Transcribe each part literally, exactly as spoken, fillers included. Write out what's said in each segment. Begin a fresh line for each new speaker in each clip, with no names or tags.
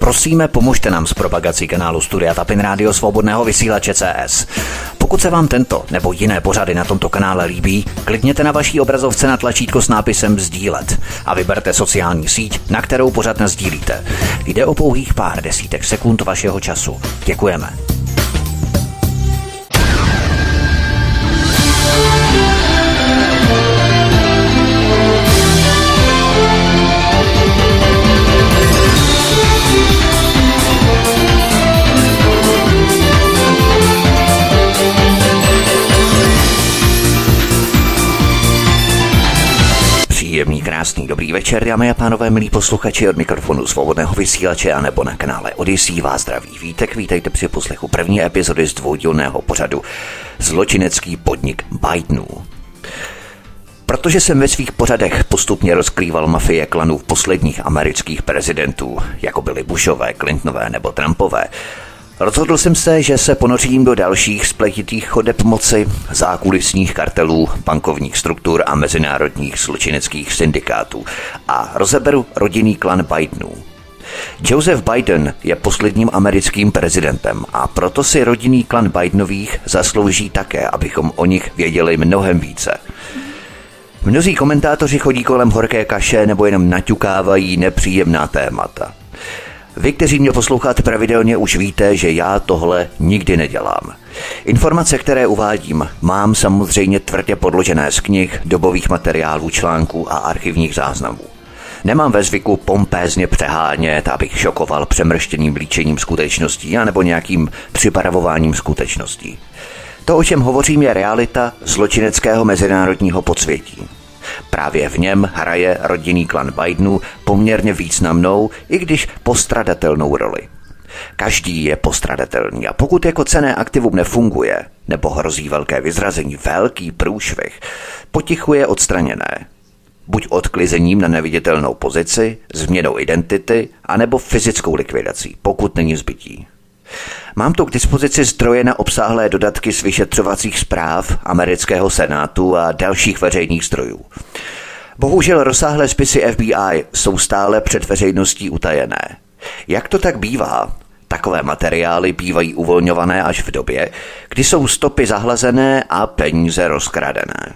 Prosíme, pomožte nám s propagací kanálu Studia Tapin Rádio Svobodného vysílače C S. Pokud se vám tento nebo jiné pořady na tomto kanále líbí, klikněte na vaší obrazovce na tlačítko s nápisem sdílet a vyberte sociální síť, na kterou pořad nasdílíte. Jde o pouhých pár desítek sekund vašeho času. Děkujeme. Příjemný, krásný, dobrý večer, dámy a pánové, milí posluchači, od mikrofonu Svobodného vysílače a nebo na kanále Odyssey vás zdraví Vítek. Vítejte při poslechu první epizody z dvoudílného pořadu Zločinecký podnik Bidenů. Protože jsem ve svých pořadech postupně rozkrýval mafie klanů posledních amerických prezidentů, jako byli Bushové, Clintonové nebo Trumpové, rozhodl jsem se, že se ponořím do dalších spletitých chodeb moci, zákulisních kartelů, bankovních struktur a mezinárodních zločineckých syndikátů a rozeberu rodinný klan Bidenů. Joseph Biden je posledním americkým prezidentem a proto si rodinný klan Bidenových zaslouží také, abychom o nich věděli mnohem více. Mnozí komentátoři chodí kolem horké kaše nebo jenom naťukávají nepříjemná témata. Vy, kteří mě posloucháte pravidelně, už víte, že já tohle nikdy nedělám. Informace, které uvádím, mám samozřejmě tvrdě podložené z knih, dobových materiálů, článků a archivních záznamů. Nemám ve zvyku pompézně přehánět, abych šokoval přemrštěným líčením skutečností anebo nějakým přibarvováním skutečností. To, o čem hovořím, je realita zločineckého mezinárodního podsvětí. Právě v něm hraje rodinný klan Bidenů poměrně významnou, i když postradatelnou roli. Každý je postradatelný a pokud jako cenné aktivum nefunguje, nebo hrozí velké vyzrazení, velký průšvih, potichu je odstraněné. Buď odklizením na neviditelnou pozici, změnou identity, anebo fyzickou likvidací, pokud není zbytí. Mám tu k dispozici zdroje na obsáhlé dodatky z vyšetřovacích zpráv amerického senátu a dalších veřejných zdrojů. Bohužel rozsáhlé spisy F B I jsou stále před veřejností utajené. Jak to tak bývá? Takové materiály bývají uvolňované až v době, kdy jsou stopy zahlazené a peníze rozkradené.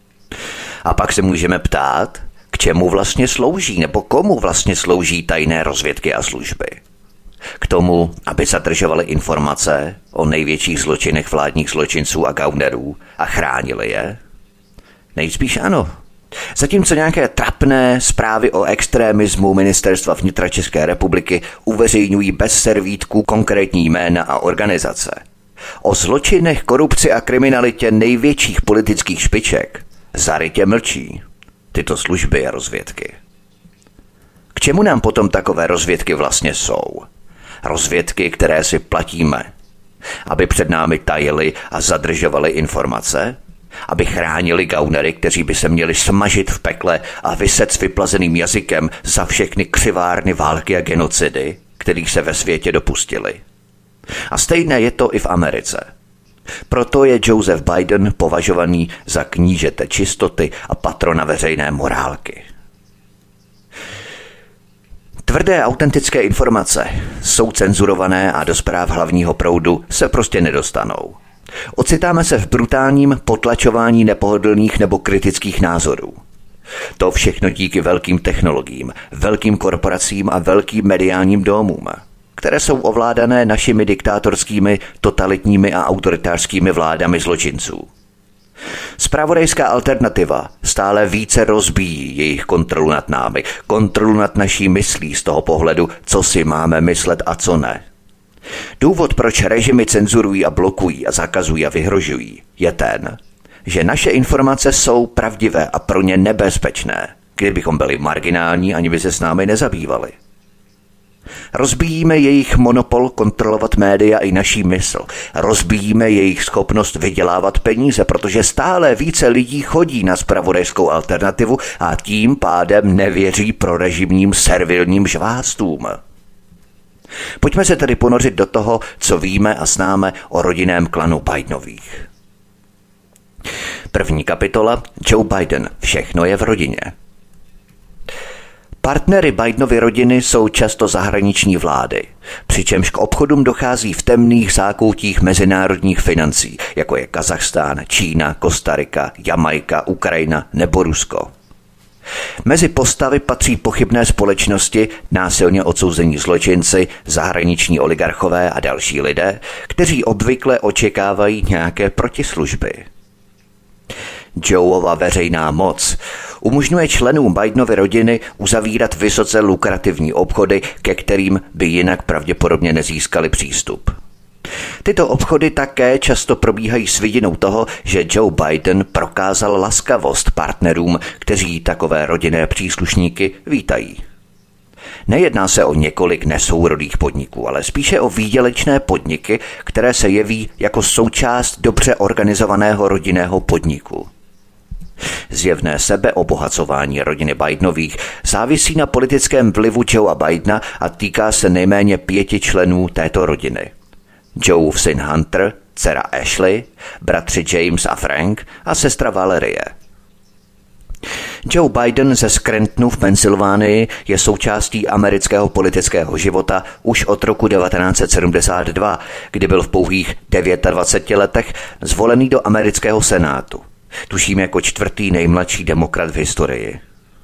A pak se můžeme ptát, k čemu vlastně slouží nebo komu vlastně slouží tajné rozvědky a služby. K tomu, aby zadržovali informace o největších zločinech vládních zločinců a gaunerů a chránili je? Nejspíš ano. Zatímco nějaké trapné zprávy o extremismu Ministerstva vnitra České republiky uveřejňují bez servítku konkrétní jména a organizace. O zločinech, korupci a kriminalitě největších politických špiček zarytě mlčí tyto služby a rozvědky. K čemu nám potom takové rozvědky vlastně jsou? Rozvědky, které si platíme, aby před námi tajili a zadržovali informace, aby chránili gaunery, kteří by se měli smažit v pekle a vyset s vyplazeným jazykem za všechny křivárny války a genocidy, kterých se ve světě dopustili. A stejné je to i v Americe. Proto je Joseph Biden považovaný za knížete čistoty a patrona veřejné morálky. Tvrdé autentické informace jsou cenzurované a do zpráv hlavního proudu se prostě nedostanou. Ocitáme se v brutálním potlačování nepohodlných nebo kritických názorů. To všechno díky velkým technologiím, velkým korporacím a velkým mediálním domům, které jsou ovládané našimi diktátorskými, totalitními a autoritářskými vládami zločinců. Zpravodajská alternativa stále více rozbíjí jejich kontrolu nad námi, kontrolu nad naší myslí z toho pohledu, co si máme myslet a co ne. Důvod, proč režimy cenzurují a blokují a zakazují a vyhrožují, je ten, že naše informace jsou pravdivé a pro ně nebezpečné. Kdybychom byli marginální, ani by se s námi nezabývali. Rozbíjíme jejich monopol kontrolovat média i naší mysl. Rozbíjíme jejich schopnost vydělávat peníze, protože stále více lidí chodí na zpravodajskou alternativu a tím pádem nevěří prorežimním servilním žvástům. Pojďme se tedy ponořit do toho, co víme a známe o rodinném klanu Bidenových. První kapitola. Joe Biden. Všechno je v rodině. Partnery Bidenovy rodiny jsou často zahraniční vlády, přičemž k obchodům dochází v temných zákoutích mezinárodních financí, jako je Kazachstán, Čína, Kostarika, Jamajka, Ukrajina nebo Rusko. Mezi postavy patří pochybné společnosti, násilně odsouzení zločinci, zahraniční oligarchové a další lidé, kteří obvykle očekávají nějaké protislužby. Joeova veřejná moc umožňuje členům Bidenovy rodiny uzavírat vysoce lukrativní obchody, ke kterým by jinak pravděpodobně nezískali přístup. Tyto obchody také často probíhají s vidinou toho, že Joe Biden prokázal laskavost partnerům, kteří takové rodinné příslušníky vítají. Nejedná se o několik nesourodých podniků, ale spíše o výdělečné podniky, které se jeví jako součást dobře organizovaného rodinného podniku. Zjevné sebeobohacování rodiny Bidenových závisí na politickém vlivu Joea Bidena a týká se nejméně pěti členů této rodiny. Joeův syn Hunter, dcera Ashley, bratři James a Frank a sestra Valerie. Joe Biden ze Scrantonu v Pensylvánii je součástí amerického politického života už od roku devatenáct set sedmdesát dva, kdy byl v pouhých dvaceti devíti letech zvolený do amerického senátu. Tuším jako čtvrtý nejmladší demokrat v historii.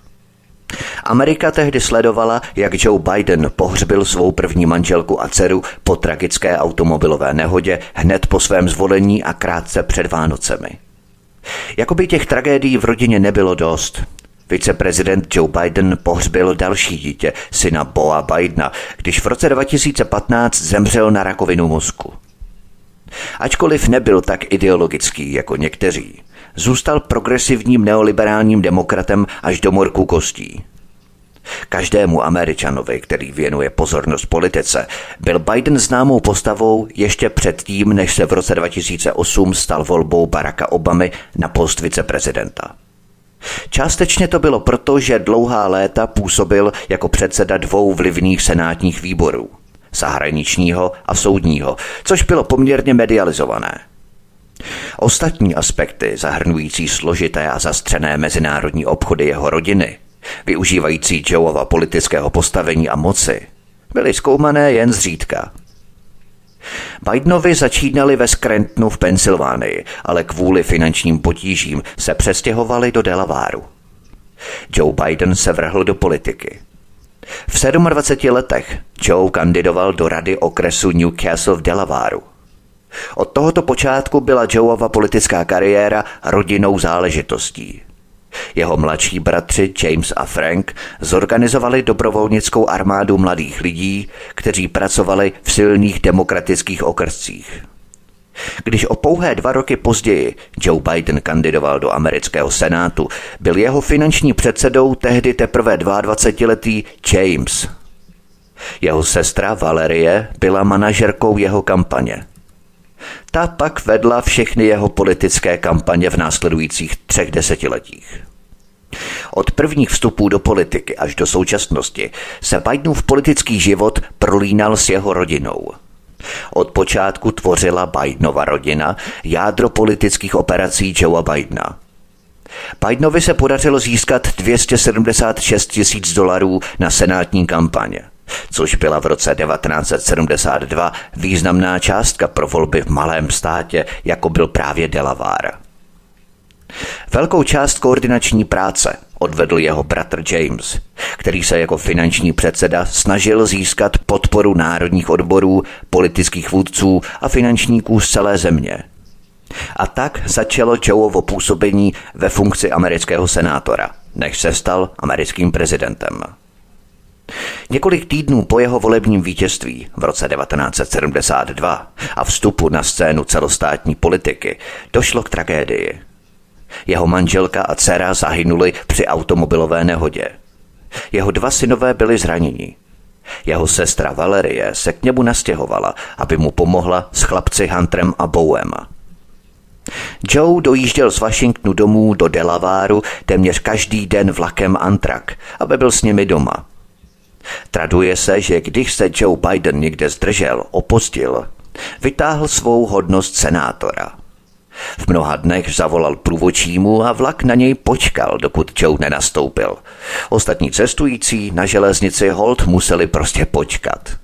Amerika tehdy sledovala, jak Joe Biden pohřbil svou první manželku a dceru po tragické automobilové nehodě hned po svém zvolení a krátce před Vánocemi. Jakoby těch tragédií v rodině nebylo dost. Viceprezident Joe Biden pohřbil další dítě, syna Boa Bidena, když v roce dva tisíce patnáct zemřel na rakovinu mozku. Ačkoliv nebyl tak ideologický jako někteří, zůstal progresivním neoliberálním demokratem až do morku kostí. Každému Američanovi, který věnuje pozornost politice, byl Biden známou postavou ještě předtím, než se v roce dva tisíce osm stal volbou Baracka Obamy na post viceprezidenta. Částečně to bylo proto, že dlouhá léta působil jako předseda dvou vlivných senátních výborů, zahraničního a soudního, což bylo poměrně medializované. Ostatní aspekty, zahrnující složité a zastřené mezinárodní obchody jeho rodiny, využívající Joeova politického postavení a moci, byly zkoumané jen zřídka. Bidenovi začínali ve Scrantonu v Pensylvánii, ale kvůli finančním potížím se přestěhovali do Delawareu. Joe Biden se vrhl do politiky. V dvaceti sedmi letech Joe kandidoval do rady okresu Newcastle v Delawareu. Od tohoto počátku byla Joeova politická kariéra rodinnou záležitostí. Jeho mladší bratři James a Frank zorganizovali dobrovolnickou armádu mladých lidí, kteří pracovali v silných demokratických okrscích. Když o pouhé dva roky později Joe Biden kandidoval do amerického senátu, byl jeho finanční předsedou tehdy teprve dvacetiletý James. Jeho sestra Valerie byla manažerkou jeho kampaně. Ta pak vedla všechny jeho politické kampaně v následujících třech desetiletích. Od prvních vstupů do politiky až do současnosti se Bidenův politický život prolínal s jeho rodinou. Od počátku tvořila Bidenova rodina jádro politických operací Joea Bidena. Bidenovi se podařilo získat dvě stě sedmdesát šest tisíc dolarů na senátní kampaně, což byla v roce devatenáct set sedmdesát dva významná částka pro volby v malém státě, jako byl právě Delaware. Velkou část koordinační práce odvedl jeho bratr James, který se jako finanční předseda snažil získat podporu národních odborů, politických vůdců a finančníků z celé země. A tak začalo Joeovo působení ve funkci amerického senátora, než se stal americkým prezidentem. Několik týdnů po jeho volebním vítězství v roce devatenáct set sedmdesát dva a vstupu na scénu celostátní politiky došlo k tragédii. Jeho manželka a dcera zahynuli při automobilové nehodě. Jeho dva synové byli zraněni. Jeho sestra Valerie se k němu nastěhovala, aby mu pomohla s chlapci Hunterem a Bowem. Joe dojížděl z Washingtonu domů do Delawareu téměř každý den vlakem Amtrak, aby byl s nimi doma. Traduje se, že když se Joe Biden někde zdržel, opozdil, vytáhl svou hodnost senátora. V mnoha dnech zavolal průvodčímu a vlak na něj počkal, dokud Joe nenastoupil. Ostatní cestující na železnici holt museli prostě počkat.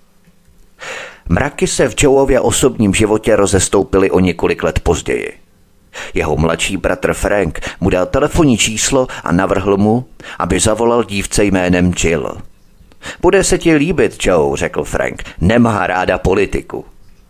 Mraky se v Joeově osobním životě rozestoupily o několik let později. Jeho mladší bratr Frank mu dal telefonní číslo a navrhl mu, aby zavolal dívce jménem Jill. Bude se ti líbit, Joe, řekl Frank, nemá ráda politiku.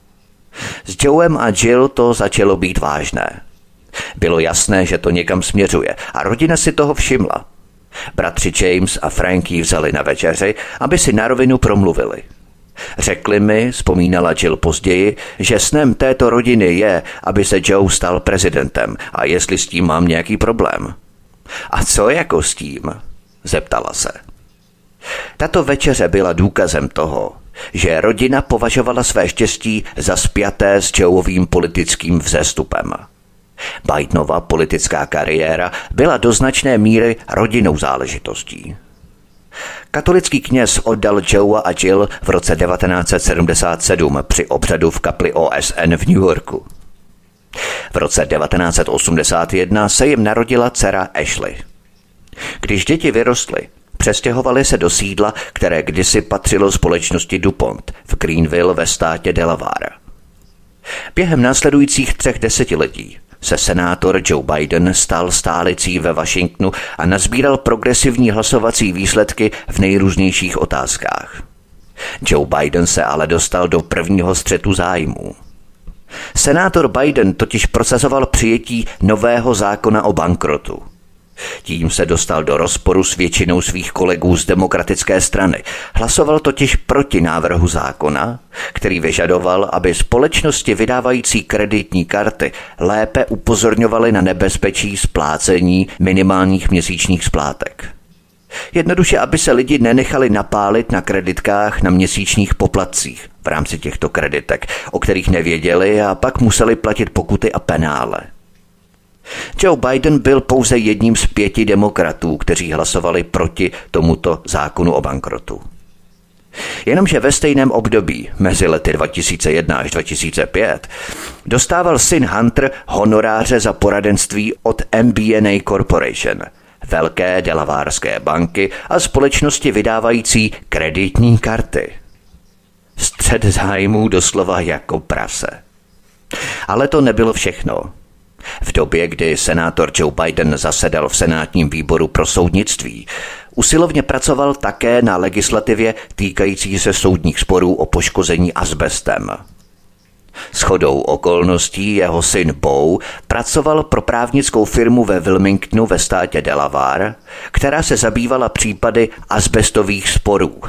S Joem a Jill to začalo být vážné. Bylo jasné, že to někam směřuje a rodina si toho všimla. Bratři James a Frank ji vzali na večeři, aby si na rovinu promluvili. Řekli mi, vzpomínala Jill později, že snem této rodiny je, aby se Joe stal prezidentem a jestli s tím mám nějaký problém. A co jako s tím? Zeptala se. Tato večeře byla důkazem toho, že rodina považovala své štěstí za spjaté s Joeovým politickým vzestupem. Bidenova politická kariéra byla do značné míry rodinnou záležitostí. Katolický kněz oddal Joea a Jill v roce devatenáct set sedmdesát sedm při obřadu v kapli O S N v New Yorku. V roce devatenáct set osmdesát jedna se jim narodila dcera Ashley. Když děti vyrostly, přestěhovali se do sídla, které kdysi patřilo společnosti DuPont v Greenville ve státě Delaware. Během následujících třech desetiletí se senátor Joe Biden stal stálicí ve Washingtonu a nazbíral progresivní hlasovací výsledky v nejrůznějších otázkách. Joe Biden se ale dostal do prvního střetu zájmů. Senátor Biden totiž prosazoval přijetí nového zákona o bankrotu. Tím se dostal do rozporu s většinou svých kolegů z demokratické strany. Hlasoval totiž proti návrhu zákona, který vyžadoval, aby společnosti vydávající kreditní karty lépe upozorňovaly na nebezpečí splácení minimálních měsíčních splátek. Jednoduše, aby se lidi nenechali napálit na kreditkách na měsíčních poplatcích v rámci těchto kreditek, o kterých nevěděli a pak museli platit pokuty a penále. Joe Biden byl pouze jedním z pěti demokratů, kteří hlasovali proti tomuto zákonu o bankrotu. Jenomže ve stejném období, mezi lety dva tisíce jedna až dva tisíce pět, dostával syn Hunter honoráře za poradenství od M B N A Corporation, velké delavárské banky a společnosti vydávající kreditní karty. Střet zájmů doslova jako prase. Ale to nebylo všechno. V době, kdy senátor Joe Biden zasedal v senátním výboru pro soudnictví, usilovně pracoval také na legislativě týkající se soudních sporů o poškození azbestem. Shodou okolností jeho syn Beau pracoval pro právnickou firmu ve Wilmingtonu ve státě Delaware, která se zabývala případy azbestových sporů.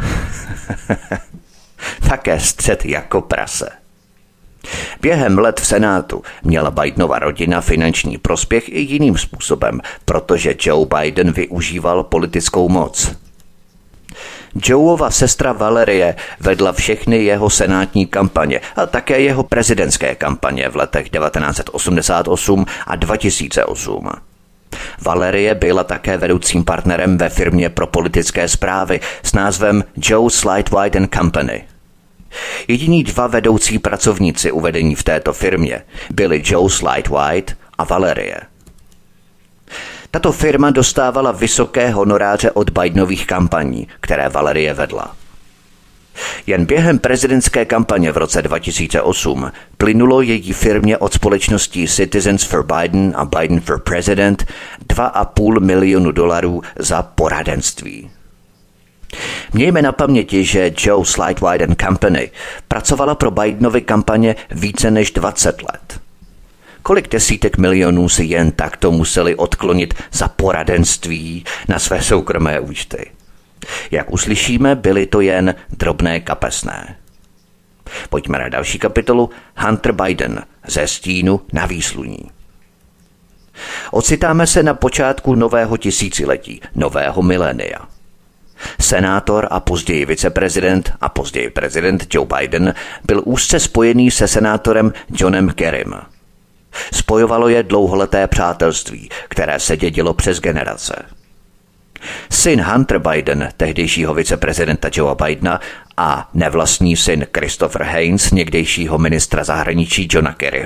Také střet jako prase. Během let v Senátu měla Bidenova rodina finanční prospěch i jiným způsobem, protože Joe Biden využíval politickou moc. Joeova sestra Valerie vedla všechny jeho senátní kampaně a také jeho prezidentské kampaně v letech devatenáct set osmdesát osm a dva tisíce osm. Valerie byla také vedoucím partnerem ve firmě pro politické zprávy s názvem Joe Slide White and Company. Jediní dva vedoucí pracovníci uvedení v této firmě byli Joe Slide White a Valerie. Tato firma dostávala vysoké honoráře od Bidenových kampaní, které Valerie vedla. Jen během prezidentské kampaně v roce dva tisíce osm plynulo její firmě od společností Citizens for Biden a Biden for President dva a půl milionu dolarů za poradenství. Mějme na paměti, že Joe Slide White and Company pracovala pro Bidenovy kampaně více než dvacet let. Kolik desítek milionů si jen takto museli odklonit za poradenství na své soukromé účty? Jak uslyšíme, byly to jen drobné kapesné. Pojďme na další kapitolu. Hunter Biden ze stínu na výsluní. Ocitáme se na počátku nového tisíciletí, nového milénia. Senátor a později viceprezident a později prezident Joe Biden byl úzce spojený se senátorem Johnem Kerrym. Spojovalo je dlouholeté přátelství, které se dědilo přes generace. Syn Hunter Biden, tehdejšího viceprezidenta Joea Bidena, a nevlastní syn Christopher Haynes, někdejšího ministra zahraničí Johna Kerryho,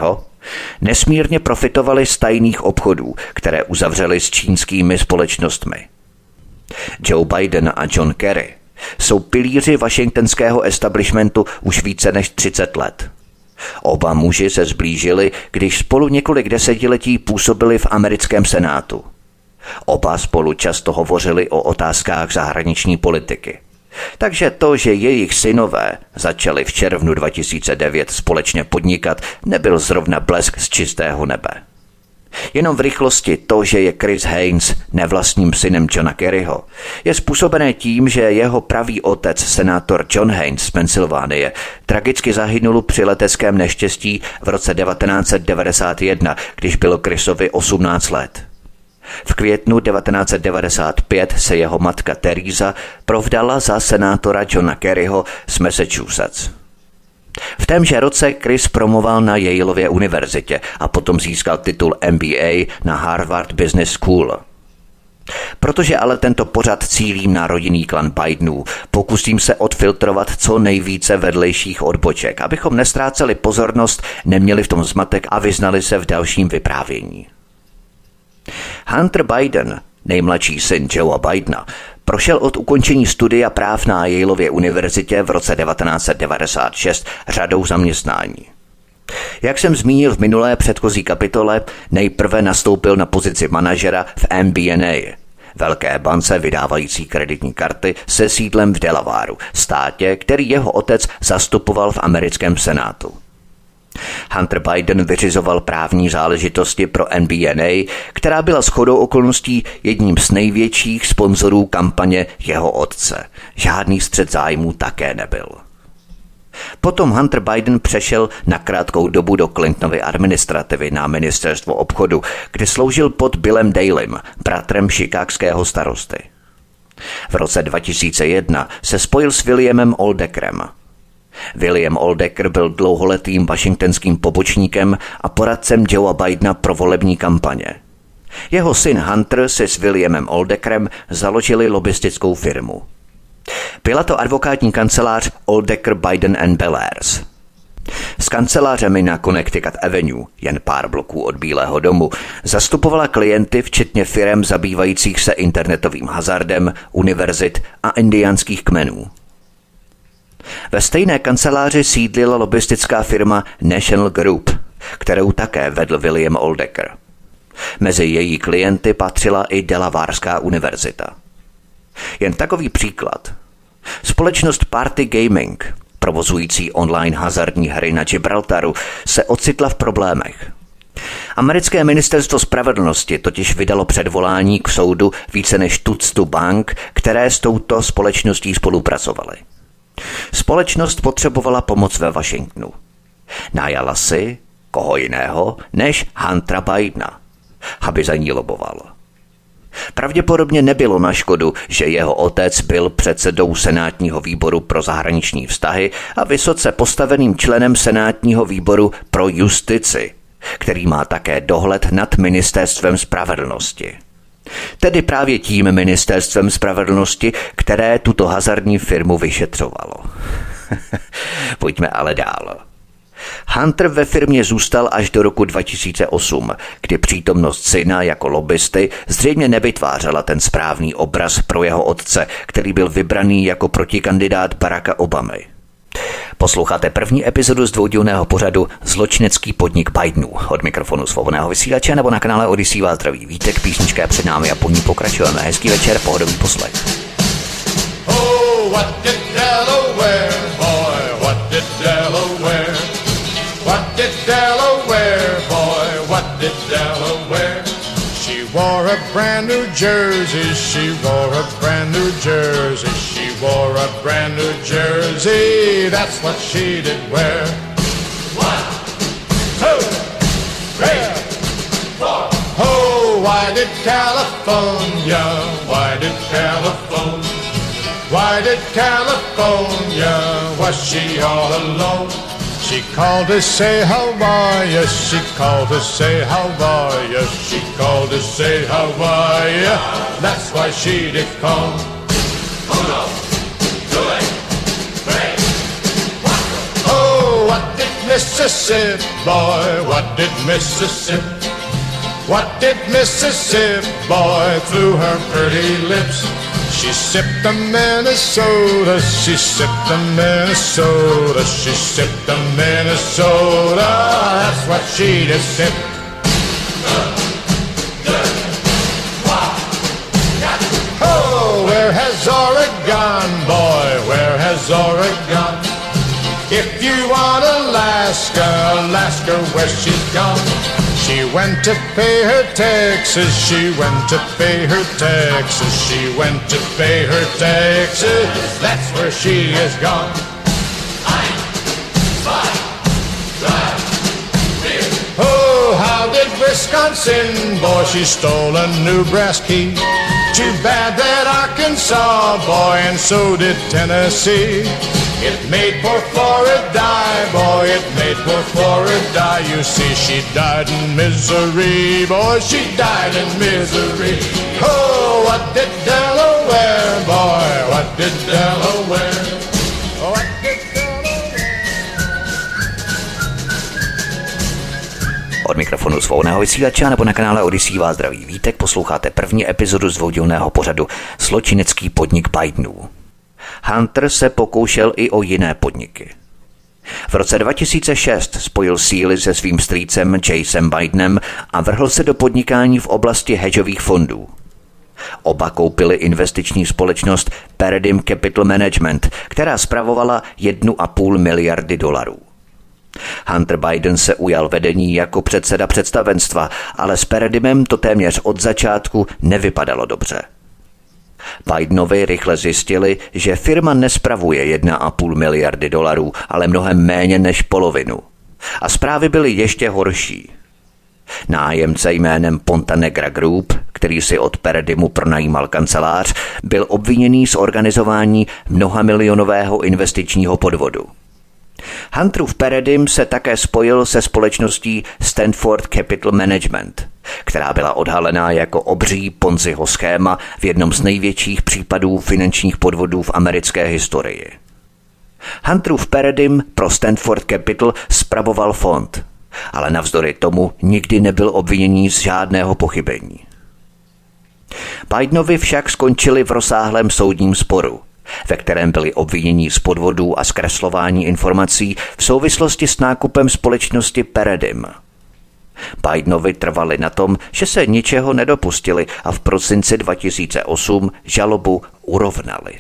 Nesmírně profitovali z tajných obchodů, které uzavřeli s čínskými společnostmi. Joe Biden a John Kerry jsou pilíři washingtonského establishmentu už více než třicet let. Oba muži se zblížili, když spolu několik desetiletí působili v americkém senátu. Oba spolu často hovořili o otázkách zahraniční politiky. Takže to, že jejich synové začali v červnu dva tisíce devět společně podnikat, nebyl zrovna blesk z čistého nebe. Jenom v rychlosti to, že je Chris Haynes nevlastním synem Johna Kerryho, je způsobené tím, že jeho pravý otec, senátor John Haynes z Pensylvánie, tragicky zahynul při leteckém neštěstí v roce devatenáct set devadesát jedna, když bylo Chrisovi osmnáct let. V květnu devatenáct set devadesát pět se jeho matka Teresa provdala za senátora Johna Kerryho z Massachusetts. V témže roce Chris promoval na Yaleově univerzitě a potom získal titul M B A na Harvard Business School. Protože ale tento pořad cílím na rodinný klan Bidenů, pokusím se odfiltrovat co nejvíce vedlejších odboček, abychom nestráceli pozornost, neměli v tom zmatek a vyznali se v dalším vyprávění. Hunter Biden, nejmladší syn Joea Bidena, prošel od ukončení studia práv na Yaleově univerzitě v roce devatenáct set devadesát šest řadou zaměstnání. Jak jsem zmínil v minulé předchozí kapitole, nejprve nastoupil na pozici manažera v M B and A, velké bance vydávající kreditní karty se sídlem v Delawareu, státě, který jeho otec zastupoval v americkém senátu. Hunter Biden vyřizoval právní záležitosti pro N B and A, která byla shodou okolností jedním z největších sponzorů kampaně jeho otce. Žádný střet zájmů také nebyl. Potom Hunter Biden přešel na krátkou dobu do Clintonovy administrativy na ministerstvo obchodu, kde sloužil pod Billem Daleym, bratrem chicagského starosty. V roce dva tisíce jedna se spojil s Williamem Oldeckerem. William Oldecker byl dlouholetým washingtonským pobočníkem a poradcem Joea Bidena pro volební kampaně. Jeho syn Hunter si s Williamem Oldeckerem založili lobistickou firmu. Byla to advokátní kancelář Oldecker, Biden and Bellairs. S kancelářemi na Connecticut Avenue, jen pár bloků od Bílého domu, zastupovala klienty včetně firem zabývajících se internetovým hazardem, univerzit a indiánských kmenů. Ve stejné kanceláři sídlila lobistická firma National Group, kterou také vedl William Oldecker. Mezi její klienty patřila i Delawarská univerzita. Jen takový příklad. Společnost Party Gaming, provozující online hazardní hry na Gibraltaru, se ocitla v problémech. Americké ministerstvo spravedlnosti totiž vydalo předvolání k soudu více než tuctu bank, které s touto společností spolupracovaly. Společnost potřebovala pomoc ve Washingtonu. Najala si koho jiného než Huntera Bidena, aby za ní loboval. Pravděpodobně nebylo na škodu, že jeho otec byl předsedou senátního výboru pro zahraniční vztahy a vysoce postaveným členem senátního výboru pro justici, který má také dohled nad ministerstvem spravedlnosti. Tedy právě tím ministerstvem spravedlnosti, které tuto hazardní firmu vyšetřovalo. Pojďme ale dál. Hunter ve firmě zůstal až do roku dva tisíce osm, kdy přítomnost syna jako lobbysty zřejmě nevytvářela ten správný obraz pro jeho otce, který byl vybraný jako protikandidát Baracka Obamy. Posloucháte první epizodu z dvoudílného pořadu Zločinecký podnik Bidenů. Od mikrofonu Svobodného vysílače nebo na kanále Odyssey vás zdraví Vítek, písnička je před námi a po ní pokračujeme. Hezký večer, pohodový poslech.
Oh, what did Delaware, boy, what did Delaware? What did Delaware, boy, what did Delaware? She wore a brand new jersey, she wore a brand new jersey, she wore a brand new jersey, that's what she did wear. One, two, three, four. Oh, why did California, why did California, why did California, was she all alone? She called to say how are you, she called to say how are you, she called to say how are you, that's why she did come. Uno, two, three, four. Oh, what did Miss Mississippi, boy, what did Mississippi? What did Mississippi, boy, through her pretty lips? She sipped the Minnesota, she sipped the Minnesota, she sipped the Minnesota, that's what she just sipped. Oh, where has Oregon, boy, where has Oregon? If you want Alaska, Alaska, where she's gone. She went to pay her taxes, she went to pay her taxes, she went to pay her taxes, that's where she is gone. Ein, zwei, drei, vier. Oh, how did Wisconsin, boy, she stole a new brass key. Too bad that Arkansas, boy, and so did Tennessee. It made poor Florida die, boy, it made poor Florida die. You see, she died in misery, boy, she died in misery. Oh, what did Delaware, boy, what did Delaware? What did Delaware?
Od mikrofonu svobodného vysílače nebo na kanále Odyssey vás zdraví Vítek, posloucháte první epizodu z dvoudílného pořadu Zločinecký podnik Bidenů. Hunter se pokoušel i o jiné podniky. V roce dva tisíce šest spojil síly se svým strýcem Jasem Bidenem a vrhl se do podnikání v oblasti hedžových fondů. Oba koupili investiční společnost Paradigm Capital Management, která spravovala jednu a půl miliardy dolarů. Hunter Biden se ujal vedení jako předseda představenstva, ale s Paradigmem to téměř od začátku nevypadalo dobře. Bidenovi rychle zjistili, že firma nespravuje jedna a půl miliardy dolarů, ale mnohem méně než polovinu. A zprávy byly ještě horší. Nájemce jménem Ponta Negra Group, který si od Paradigmu pronajímal kancelář, byl obviněný z organizování mnohamilionového investičního podvodu. Hunterův Paradigm se také spojil se společností Stanford Capital Management, která byla odhalená jako obří Ponziho schéma v jednom z největších případů finančních podvodů v americké historii. Hunterův Paradigm pro Stanford Capital spravoval fond, ale navzdory tomu nikdy nebyl obviněný z žádného pochybení. Bidenovi však skončili v rozsáhlém soudním sporu, ve kterém byli obviněni z podvodů a zkreslování informací v souvislosti s nákupem společnosti Paradigm. Bidenovi trvali na tom, že se ničeho nedopustili a v prosinci dva tisíce osm žalobu urovnali.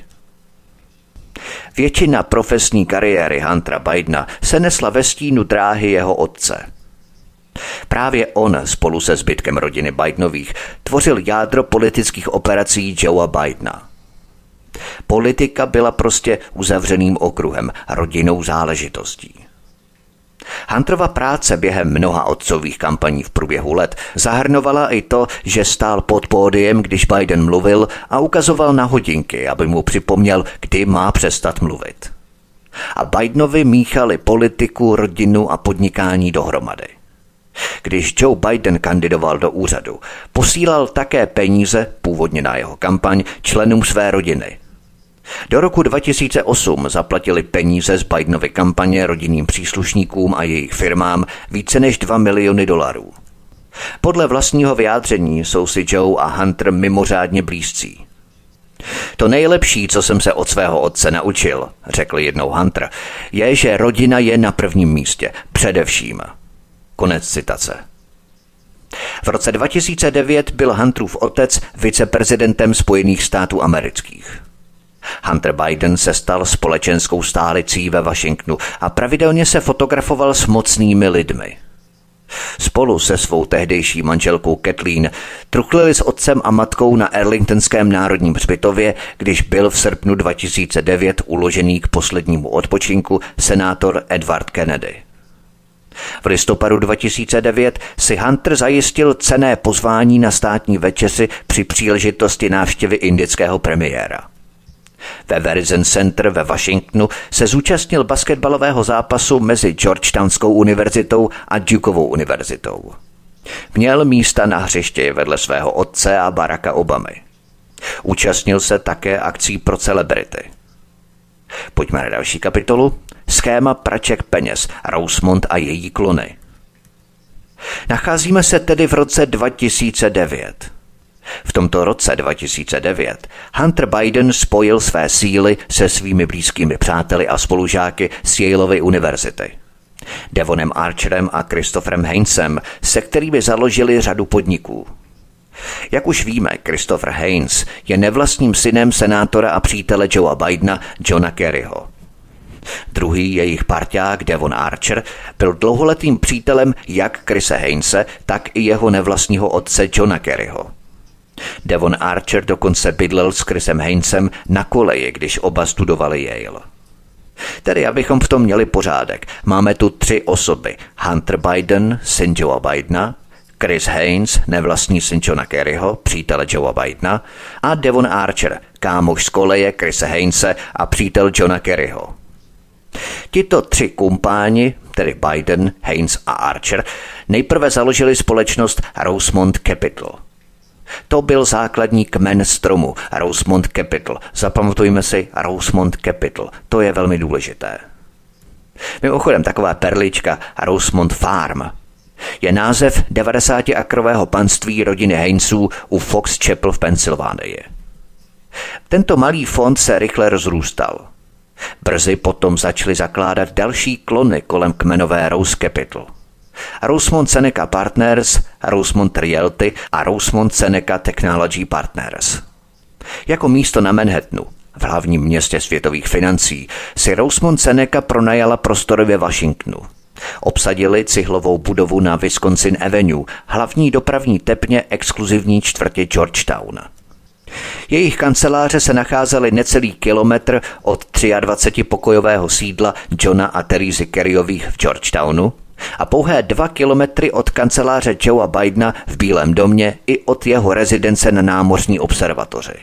Většina profesní kariéry Huntera Bidena se nesla ve stínu dráhy jeho otce. Právě on spolu se zbytkem rodiny Bidenových tvořil jádro politických operací Joea Bidena. Politika byla prostě uzavřeným okruhem, rodinnou záležitostí. Hunterova práce během mnoha otcových kampaní v průběhu let zahrnovala i to, že stál pod pódiem, když Biden mluvil a ukazoval na hodinky, aby mu připomněl, kdy má přestat mluvit. A Bidenovi míchali politiku, rodinu a podnikání dohromady. Když Joe Biden kandidoval do úřadu, posílal také peníze, původně na jeho kampaň, členům své rodiny. Do roku dva tisíce osm zaplatili peníze z Bidenovy kampaně rodinným příslušníkům a jejich firmám více než dva miliony dolarů. Podle vlastního vyjádření jsou si Joe a Hunter mimořádně blízcí. To nejlepší, co jsem se od svého otce naučil, řekl jednou Hunter, je, že rodina je na prvním místě, především. Konec citace. V roce dva tisíce devět byl Hunterův otec viceprezidentem Spojených států amerických. Hunter Biden se stal společenskou stálicí ve Washingtonu a pravidelně se fotografoval s mocnými lidmi. Spolu se svou tehdejší manželkou Kathleen truchlili s otcem a matkou na Arlingtonském národním hřbitově, když byl v srpnu dva tisíce devět uložený k poslednímu odpočinku senátor Edward Kennedy. V listopadu dva tisíce devět si Hunter zajistil cenné pozvání na státní večeři při příležitosti návštěvy indického premiéra. Ve Verizon Center ve Washingtonu se zúčastnil basketbalového zápasu mezi Georgetownskou univerzitou a Dukeovou univerzitou. Měl místa na hřišti vedle svého otce a Baracka Obamy. Účastnil se také akcí pro celebrity. Pojďme na další kapitolu. Schéma praček peněz, Rosemont a její klony. Nacházíme se tedy v roce dva tisíce devět. V tomto roce dva tisíce devět Hunter Biden spojil své síly se svými blízkými přáteli a spolužáky z Yaleovy univerzity. Devonem Archerem a Christopherem Hainesem, se kterými založili řadu podniků. Jak už víme, Christopher Haines je nevlastním synem senátora a přítele Joea Bidena, Johna Kerryho. Druhý jejich parťák Devon Archer byl dlouholetým přítelem jak Chrise Hainese, tak i jeho nevlastního otce Johna Kerryho. Devon Archer dokonce bydlel s Chrisem Hainesem na koleji, když oba studovali Yale. Tedy abychom v tom měli pořádek, máme tu tři osoby. Hunter Biden, syn Joea Bidena, Chris Haines, nevlastní syn Johna Kerryho, přítele Joea Bidena, a Devon Archer, kámoš z koleje Chrise Hainese a přítel Johna Kerryho. Tito tři kumpáni, tedy Biden, Haines a Archer, nejprve založili společnost Rosemont Capital. To byl základní kmen stromu Rosemont Capital. Zapamatujme si Rosemont Capital. To je velmi důležité. Mimochodem taková perlička Rosemont Farm je název devadesátiakrového panství rodiny Hainesů u Fox Chapel v Pensylvánii. Tento malý fond se rychle rozrůstal. Brzy potom začali zakládat další klony kolem kmenové Rose Capital. Rosemont Seneca Partners, Rosemont Realty a Rosemont Seneca Technology Partners. Jako místo na Manhattanu, v hlavním městě světových financí, si Rosemont Seneca pronajala prostory ve Washingtonu. Obsadili cihlovou budovu na Wisconsin Avenue, hlavní dopravní tepně exkluzivní čtvrti Georgetown. Jejich kanceláře se nacházely necelý kilometr od dvacetitřípokojového sídla Johna a Teresy Kerryových v Georgetownu a pouhé dva kilometry od kanceláře Joea Bidena v Bílém domě i od jeho rezidence na námořní observatoři.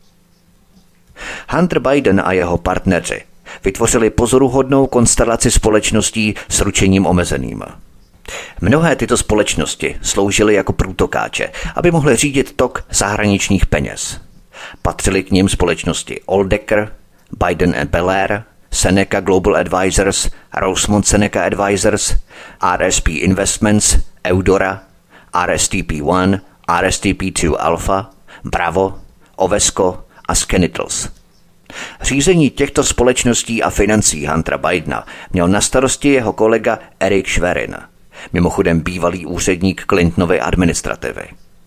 Hunter Biden a jeho partneři vytvořili pozoruhodnou konstelaci společností s ručením omezeným. Mnohé tyto společnosti sloužily jako průtokáče, aby mohly řídit tok zahraničních peněz. Patřily k nim společnosti Aldecker, Biden and Belair, Seneca Global Advisors, Rosemont Seneca Advisors, R S P Investments, Eudora, R S T P jedna, R S T P dva Alpha, Bravo, Ovesco a Skenitals. Řízení těchto společností a financí Huntera Bidena měl na starosti jeho kolega Eric Schwerin, mimochodem bývalý úředník Clintonovy administrativy.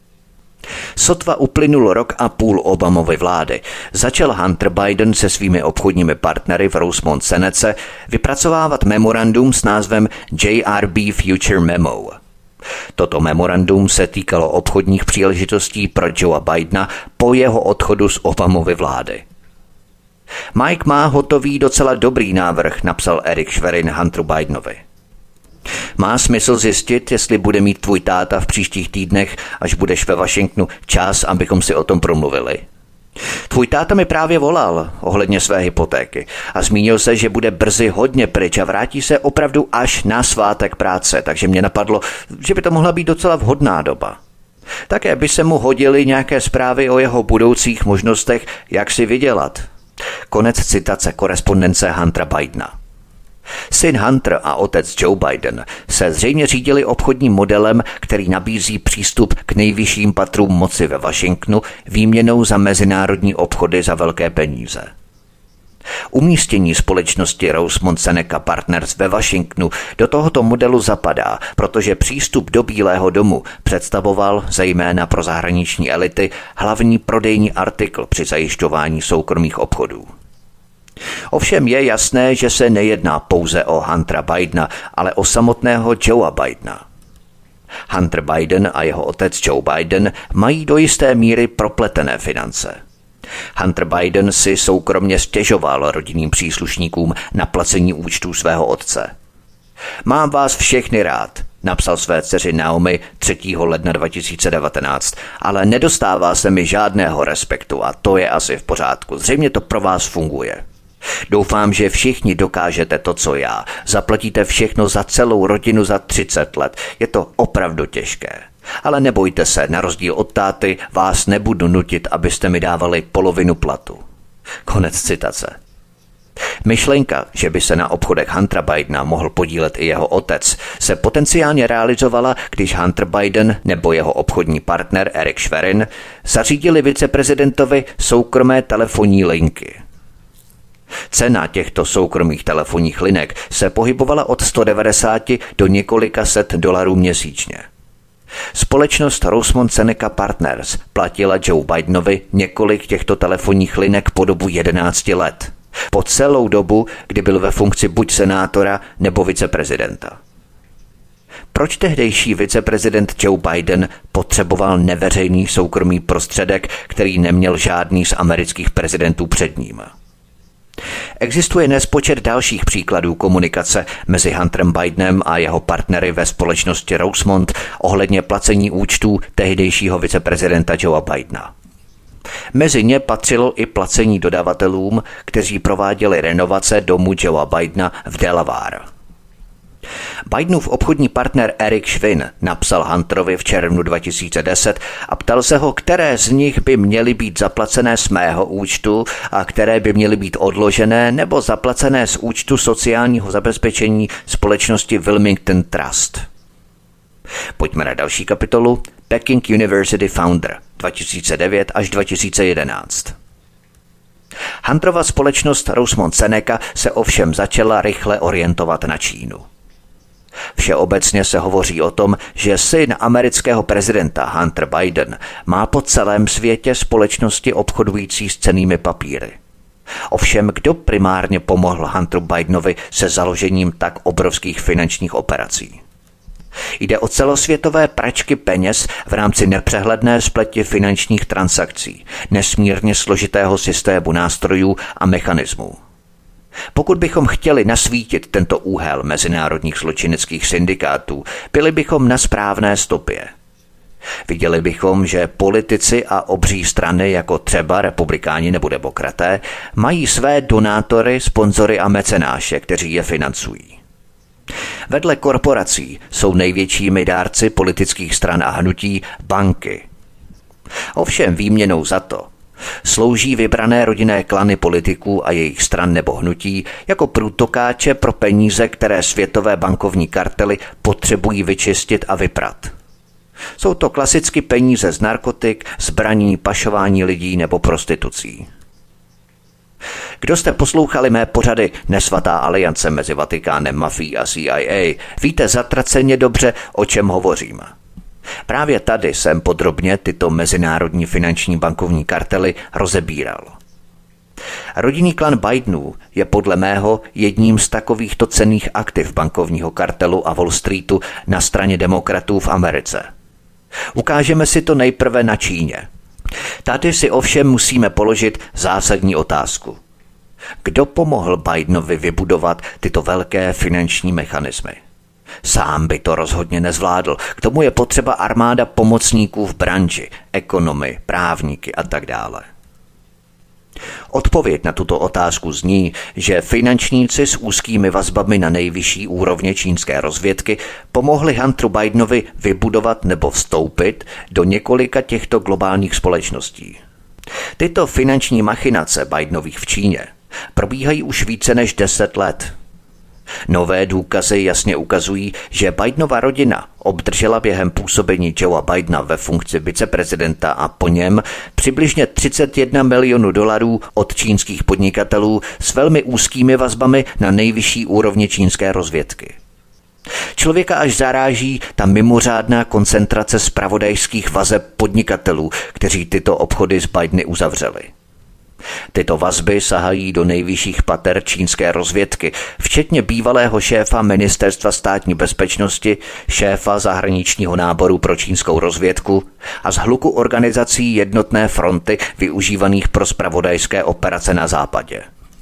Sotva uplynul rok a půl Obamovy vlády, začal Hunter Biden se svými obchodními partnery v Rosemont Senece vypracovávat memorandum s názvem J R B Future Memo. Toto memorandum se týkalo obchodních příležitostí pro Joea Bidena po jeho odchodu z Obamovy vlády. Mike má hotový docela dobrý návrh, napsal Eric Schwerin Hunteru Bidenovi. Má smysl zjistit, jestli bude mít tvůj táta v příštích týdnech, až budeš ve Washingtonu, čas, abychom si o tom promluvili. Tvůj táta mi právě volal ohledně své hypotéky a zmínil se, že bude brzy hodně pryč a vrátí se opravdu až na svátek práce, takže mě napadlo, že by to mohla být docela vhodná doba. Také by se mu hodily nějaké zprávy o jeho budoucích možnostech, jak si vydělat. Konec citace korespondence Huntera Bidena. Syn Hunter a otec Joe Biden se zřejmě řídili obchodním modelem, který nabízí přístup k nejvyšším patrům moci ve Washingtonu výměnou za mezinárodní obchody za velké peníze. Umístění společnosti Rosemont Seneca Partners ve Washingtonu do tohoto modelu zapadá, protože přístup do Bílého domu představoval zejména pro zahraniční elity hlavní prodejní artikl při zajišťování soukromých obchodů. Ovšem je jasné, že se nejedná pouze o Huntera Bidena, ale o samotného Joea Bidena. Hunter Biden a jeho otec Joe Biden mají do jisté míry propletené finance. Hunter Biden si soukromně stěžoval rodinným příslušníkům na placení účtů svého otce. Mám vás všechny rád, napsal své dceři Naomi třetího ledna dva tisíce devatenáct, ale nedostává se mi žádného respektu a to je asi v pořádku. Zřejmě to pro vás funguje. Doufám, že všichni dokážete to, co já. Zaplatíte všechno za celou rodinu za třicet let. Je to opravdu těžké. Ale nebojte se, na rozdíl od táty vás nebudu nutit, abyste mi dávali polovinu platu. Konec citace. Myšlenka, že by se na obchodech Huntera Bidena mohl podílet i jeho otec, se potenciálně realizovala, když Hunter Biden nebo jeho obchodní partner Eric Schwerin zařídili viceprezidentovi soukromé telefonní linky. Cena těchto soukromých telefonních linek se pohybovala od sto devadesát do několika set dolarů měsíčně. Společnost Rosemont Seneca Partners platila Joe Bidenovi několik těchto telefonních linek po dobu jedenácti let. Po celou dobu, kdy byl ve funkci buď senátora nebo viceprezidenta. Proč tehdejší viceprezident Joe Biden potřeboval neveřejný soukromý prostředek, který neměl žádný z amerických prezidentů před ním? Existuje nespočet dalších příkladů komunikace mezi Hunterem Bidenem a jeho partnery ve společnosti Rosemont ohledně placení účtů tehdejšího viceprezidenta Joea Bidena. Mezi ně patřilo i placení dodavatelům, kteří prováděli renovace domu Joea Bidena v Delaware. Bidenův obchodní partner Eric Schwerin napsal Hunterovi v červnu dva tisíce deset a ptal se ho, které z nich by měly být zaplacené z mého účtu a které by měly být odložené nebo zaplacené z účtu sociálního zabezpečení společnosti Wilmington Trust. Pojďme na další kapitolu. Peking University Founder dva tisíce devět až dva tisíce jedenáct. Hunterova společnost Rosemont Seneca se ovšem začala rychle orientovat na Čínu. Všeobecně se hovoří o tom, že syn amerického prezidenta Hunter Biden má po celém světě společnosti obchodující s cennými papíry. Ovšem, kdo primárně pomohl Hunteru Bidenovi se založením tak obrovských finančních operací? Jde o celosvětové pračky peněz v rámci nepřehledné spleti finančních transakcí, nesmírně složitého systému nástrojů a mechanismů. Pokud bychom chtěli nasvítit tento úhel mezinárodních zločineckých syndikátů, byli bychom na správné stopě. Viděli bychom, že politici a obří strany, jako třeba republikáni nebo demokraté, mají své donátory, sponzory a mecenáše, kteří je financují. Vedle korporací jsou největšími dárci politických stran a hnutí banky. Ovšem výměnou za to slouží vybrané rodinné klany politiků a jejich stran nebo hnutí jako průtokáče pro peníze, které světové bankovní kartely potřebují vyčistit a vyprat. Jsou to klasicky peníze z narkotik, zbraní, pašování lidí nebo prostitucí. Kdo jste poslouchali mé pořady Nesvatá aliance mezi Vatikánem, mafií a C I A, víte zatraceně dobře, o čem hovořím. Právě tady jsem podrobně tyto mezinárodní finanční bankovní kartely rozebíral. Rodinný klan Bidenů je podle mého jedním z takovýchto cenných aktiv bankovního kartelu a Wall Streetu na straně demokratů v Americe. Ukážeme si to nejprve na Číně. Tady si ovšem musíme položit zásadní otázku. Kdo pomohl Bidenovi vybudovat tyto velké finanční mechanismy? Sám by to rozhodně nezvládl. K tomu je potřeba armáda pomocníků v branži, ekonomy, právníky a tak dále. Odpověď na tuto otázku zní, že finančníci s úzkými vazbami na nejvyšší úrovně čínské rozvědky pomohli Hunteru Bidenovi vybudovat nebo vstoupit do několika těchto globálních společností. Tyto finanční machinace Bidenových v Číně probíhají už více než deset let. Nové důkazy jasně ukazují, že Bidenova rodina obdržela během působení Joea Bidena ve funkci viceprezidenta a po něm přibližně třicet jedna milionů dolarů od čínských podnikatelů s velmi úzkými vazbami na nejvyšší úrovni čínské rozvědky. Člověka až zaráží ta mimořádná koncentrace zpravodajských vazeb podnikatelů, kteří tyto obchody s Bideny uzavřeli. Tyto vazby sahají do nejvyšších pater čínské rozvědky, včetně bývalého šéfa Ministerstva státní bezpečnosti, šéfa zahraničního náboru pro čínskou rozvědku a z hluku organizací jednotné fronty využívaných pro zpravodajské operace na západě.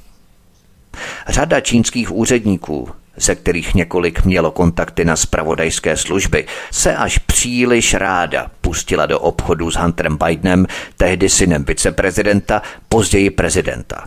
Řada čínských úředníků, ze kterých několik mělo kontakty na zpravodajské služby, se až příliš ráda pustila do obchodu s Hunterem Bidenem, tehdy synem viceprezidenta, později prezidenta.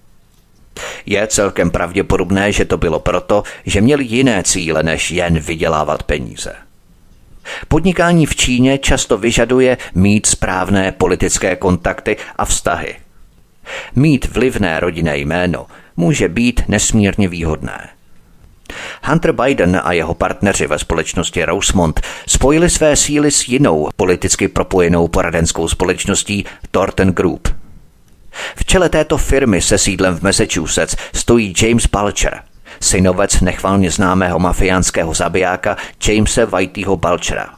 Je celkem pravděpodobné, že to bylo proto, že měli jiné cíle, než jen vydělávat peníze. Podnikání v Číně často vyžaduje mít správné politické kontakty a vztahy. Mít vlivné rodinné jméno může být nesmírně výhodné. Hunter Biden a jeho partneři ve společnosti Rosemont spojili své síly s jinou politicky propojenou poradenskou společností Thornton Group. V čele této firmy se sídlem v Massachusetts stojí James Balcher, synovec nechvalně známého mafiánského zabijáka Jamese Whiteyho Balchera.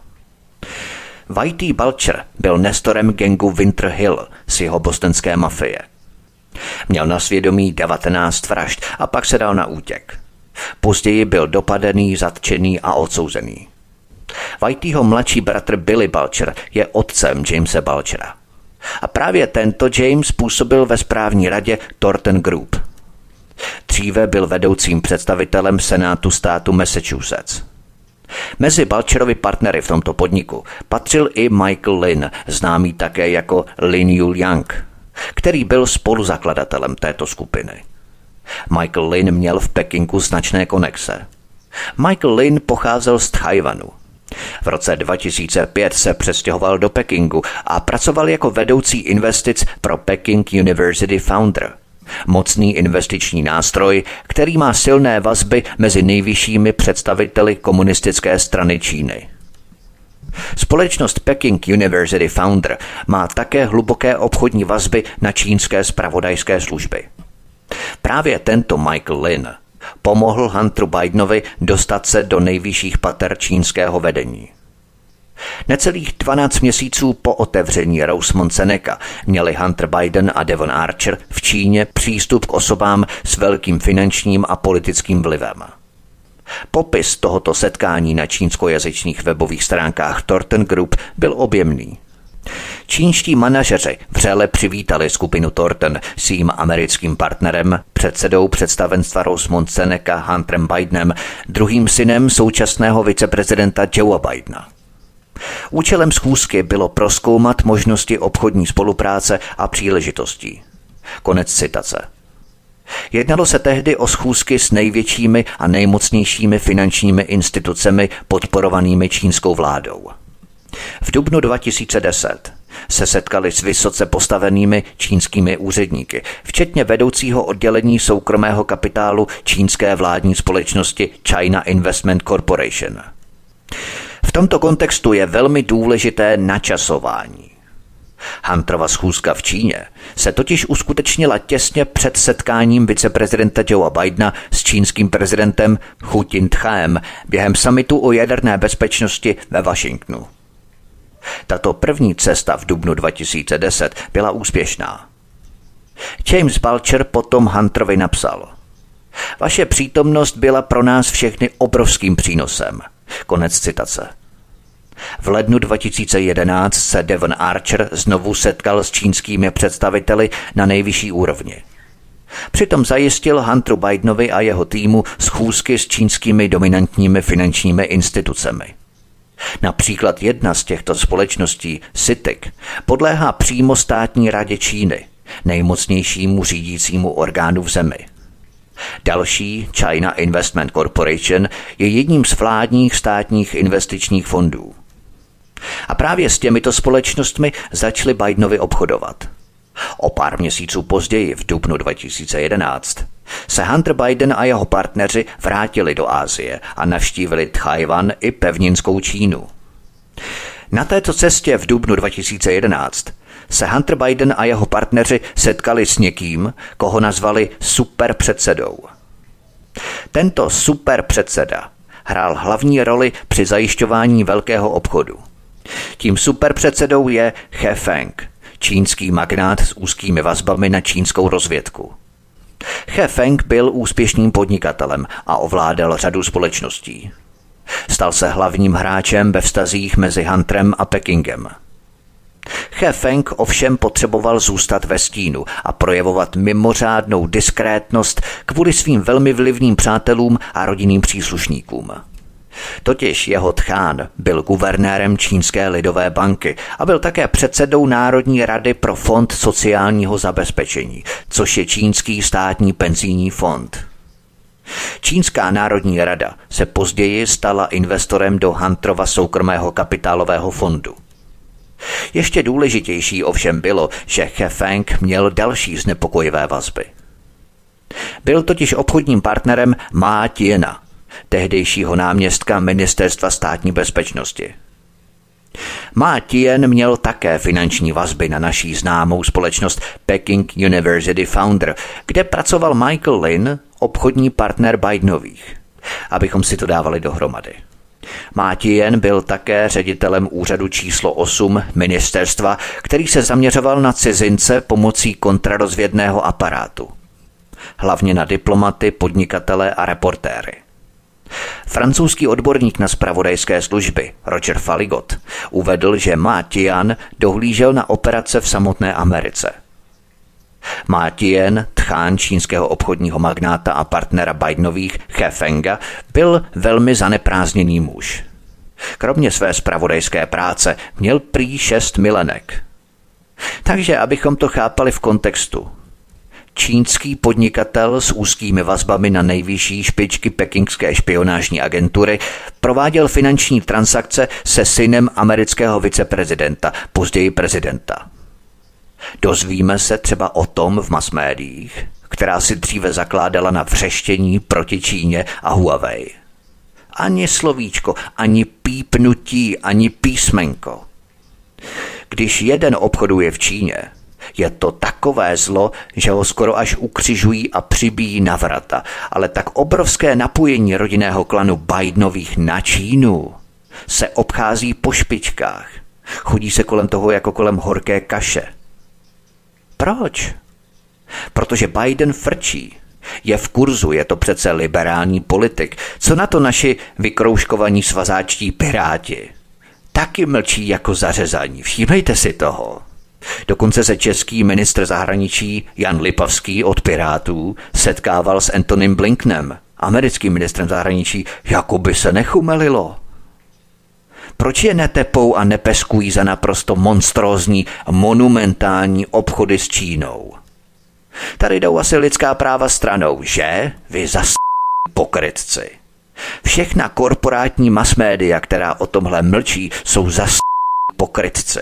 Whitey Balcher byl nestorem gangu Winter Hill z jeho bostonské mafie. Měl na svědomí devatenáct vražd a pak se dal na útěk. Později byl dopadený, zatčený a odsouzený. Whiteyho mladší bratr Billy Balcher je otcem Jamese Balchera. A právě tento James působil ve správní radě Thornton Group. Dříve byl vedoucím představitelem Senátu státu Massachusetts. Mezi Balcherovi partnery v tomto podniku patřil i Michael Lin, známý také jako Lin Yul Yang, který byl spoluzakladatelem této skupiny. Michael Lin měl v Pekingu značné konexe. Michael Lin pocházel z Tchaj-wanu. V roce dva tisíce pět se přestěhoval do Pekingu a pracoval jako vedoucí investic pro Peking University Founder, mocný investiční nástroj, který má silné vazby mezi nejvyššími představiteli komunistické strany Číny. Společnost Peking University Founder má také hluboké obchodní vazby na čínské zpravodajské služby. Právě tento Michael Lin pomohl Hunteru Bidenovi dostat se do nejvyšších pater čínského vedení. Necelých dvanáct měsíců po otevření Rosemont Seneca měli Hunter Biden a Devon Archer v Číně přístup k osobám s velkým finančním a politickým vlivem. Popis tohoto setkání na čínskojazyčných webových stránkách Thornton Group byl objemný. Čínští manažeři vřele přivítali skupinu Thornton s jejím americkým partnerem, předsedou představenstva Rosemont Seneca Hunterem Bidenem, druhým synem současného viceprezidenta Joea Bidena. Účelem schůzky bylo prozkoumat možnosti obchodní spolupráce a příležitostí. Konec citace. Jednalo se tehdy o schůzky s největšími a nejmocnějšími finančními institucemi podporovanými čínskou vládou. V dubnu dva tisíce deset se setkali s vysoce postavenými čínskými úředníky, včetně vedoucího oddělení soukromého kapitálu čínské vládní společnosti China Investment Corporation. V tomto kontextu je velmi důležité načasování. Hunterova schůzka v Číně se totiž uskutečnila těsně před setkáním viceprezidenta Joea Bidena s čínským prezidentem Hu Jintchaem během summitu o jaderné bezpečnosti ve Washingtonu. Tato první cesta v dubnu dva tisíce deset byla úspěšná. James Balcher potom Hunterovi napsal: Vaše přítomnost byla pro nás všechny obrovským přínosem. Konec citace. V lednu dva tisíce jedenáct se Devon Archer znovu setkal s čínskými představiteli na nejvyšší úrovni. Přitom zajistil Hunteru Bidenovi a jeho týmu schůzky s čínskými dominantními finančními institucemi. Například jedna z těchto společností, C I T I C, podléhá přímo státní radě Číny, nejmocnějšímu řídícímu orgánu v zemi. Další, China Investment Corporation, je jedním z vládních státních investičních fondů. A právě s těmito společnostmi začali Bidenovi obchodovat. O pár měsíců později, v dubnu dva tisíce jedenáct, se Hunter Biden a jeho partneři vrátili do Asie a navštívili Tchaj-wan i pevninskou Čínu. Na této cestě v dubnu dva tisíce jedenáct se Hunter Biden a jeho partneři setkali s někým, koho nazvali superpředsedou. Tento superpředseda hrál hlavní roli při zajišťování velkého obchodu. Tím superpředsedou je He Feng, čínský magnát s úzkými vazbami na čínskou rozvědku. He Feng byl úspěšným podnikatelem a ovládal řadu společností. Stal se hlavním hráčem ve vztazích mezi Hunterem a Pekingem. He Feng ovšem potřeboval zůstat ve stínu a projevovat mimořádnou diskrétnost kvůli svým velmi vlivným přátelům a rodinným příslušníkům. Totiž jeho tchán byl guvernérem Čínské lidové banky a byl také předsedou Národní rady pro fond sociálního zabezpečení, což je čínský státní penzijní fond. Čínská národní rada se později stala investorem do Hunterova soukromého kapitálového fondu. Ještě důležitější ovšem bylo, že He Feng měl další znepokojivé vazby. Byl totiž obchodním partnerem Ma Tiena, tehdejšího náměstka Ministerstva státní bezpečnosti. Ma Tien měl také finanční vazby na naší známou společnost Peking University Founder, kde pracoval Michael Lin, obchodní partner Bidenových. Abychom si to dávali dohromady. Ma Tien byl také ředitelem úřadu číslo osm ministerstva, který se zaměřoval na cizince pomocí kontrarozvědného aparátu. Hlavně na diplomaty, podnikatele a reportéry. Francouzský odborník na zpravodajské služby Roger Faligot uvedl, že Ma Tien dohlížel na operace v samotné Americe. Ma Tien, tchán čínského obchodního magnáta a partnera Bidenových He Fenga, byl velmi zaneprázdněný muž. Kromě své zpravodajské práce měl prý šest milenek. Takže abychom to chápali v kontextu, čínský podnikatel s úzkými vazbami na nejvyšší špičky pekingské špionážní agentury prováděl finanční transakce se synem amerického viceprezidenta, později prezidenta. Dozvíme se třeba o tom v masmédiích, která si dříve zakládala na vřeštění proti Číně a Huawei. Ani slovíčko, ani pípnutí, ani písmenko. Když jeden obchoduje v Číně, je to takové zlo, že ho skoro až ukřižují a přibíjí na vrata. Ale tak obrovské napojení rodinného klanu Bidenových na Čínu se obchází po špičkách. Chodí se kolem toho jako kolem horké kaše. Proč? Protože Biden frčí. Je v kurzu, je to přece liberální politik. Co na to naši vykroužkovaní svazáčtí piráti? Taky mlčí jako zařezaní. Všímejte si toho. Dokonce se český ministr zahraničí Jan Lipavský od Pirátů setkával s Antonym Blinkenem, americkým ministrem zahraničí, jako by se nechumelilo. Proč je netepou a nepeskují za naprosto monstrózní, monumentální obchody s Čínou? Tady jdou asi lidská práva stranou, že? Vy zas pokrytci. Všechna korporátní masmédia, která o tomhle mlčí, jsou zas pokrytci.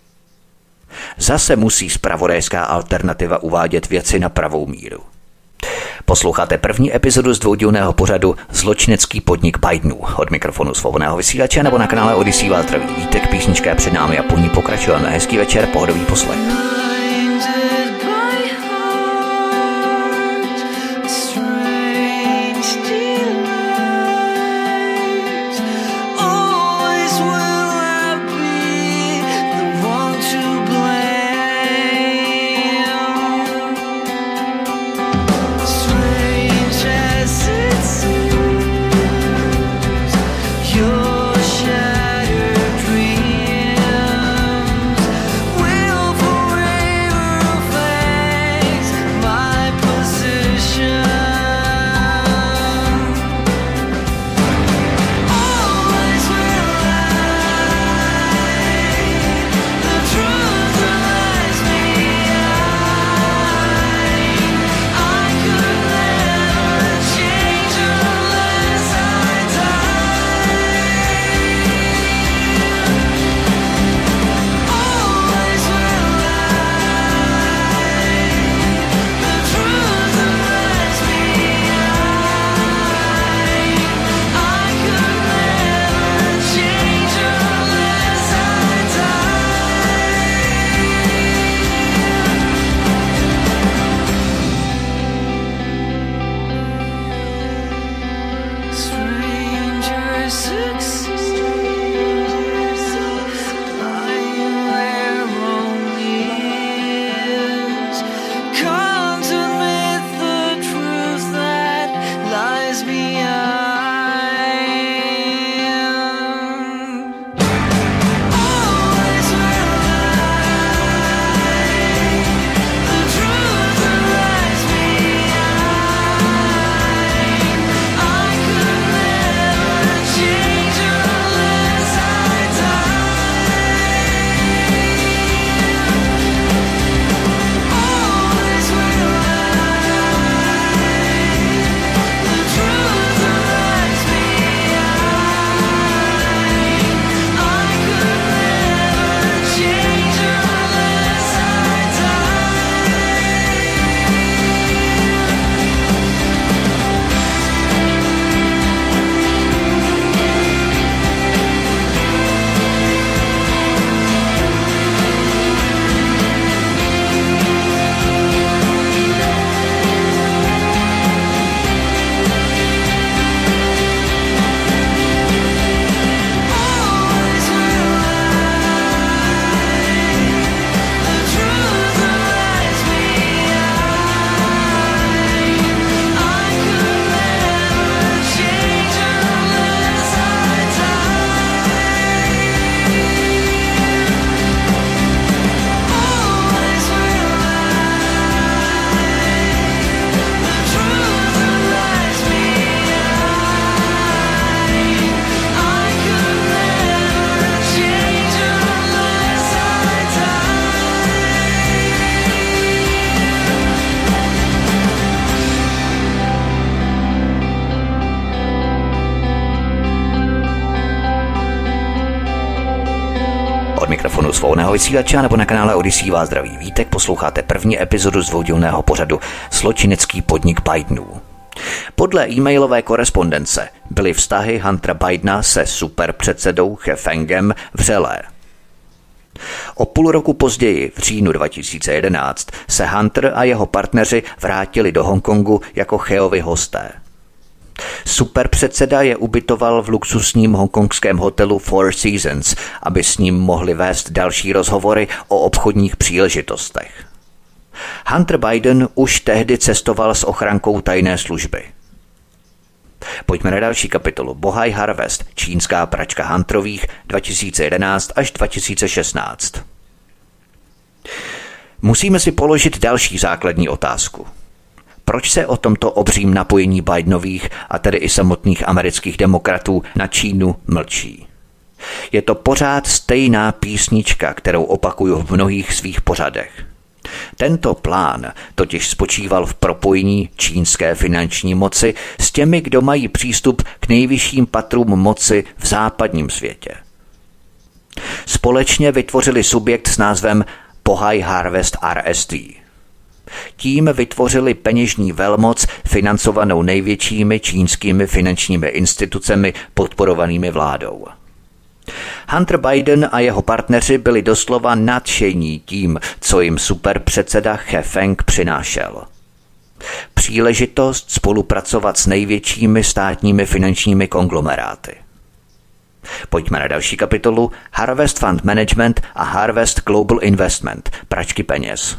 Zase musí zpravodajská alternativa uvádět věci na pravou míru. Posloucháte první epizodu z dvoudílného pořadu Zločinecký podnik Bidenů. Od mikrofonu Svobodného vysílače nebo na kanále Odyssey vás zdraví Vítek, písnička je před námi a po ní pokračujeme. Hezký večer, pohodový poslech. Svobodného vysílače nebo na kanále Odyssey vás zdraví Vítek, posloucháte první epizodu z dvoudílného pořadu Zločinecký podnik Bidenů. Podle e-mailové korespondence byly vztahy Huntera Bidena se superpředsedou Chefengem vřelé. O půl roku později, v říjnu dva tisíce jedenáct, se Hunter a jeho partneři vrátili do Hongkongu jako Cheovi hosté. Superpředseda je ubytoval v luxusním hongkongském hotelu Four Seasons, aby s ním mohli vést další rozhovory o obchodních příležitostech. Hunter Biden už tehdy cestoval s ochrankou tajné služby. Pojďme na další kapitolu. Bohai Harvest, čínská pračka Hunterových dva tisíce jedenáct až dva tisíce šestnáct. Musíme si položit další základní otázku. Proč se o tomto obřím napojení Bidenových a tedy i samotných amerických demokratů na Čínu mlčí? Je to pořád stejná písnička, kterou opakuju v mnohých svých pořadech. Tento plán totiž spočíval v propojení čínské finanční moci s těmi, kdo mají přístup k nejvyšším patrům moci v západním světě. Společně vytvořili subjekt s názvem Bohai Harvest R S T. Tím vytvořili peněžní velmoc financovanou největšími čínskými finančními institucemi podporovanými vládou. Hunter Biden a jeho partneři byli doslova nadšení tím, co jim superpředseda Chefeng přinášel. Příležitost spolupracovat s největšími státními finančními konglomeráty. Pojďme na další kapitolu Harvest Fund Management a Harvest Global Investment, pračky peněz.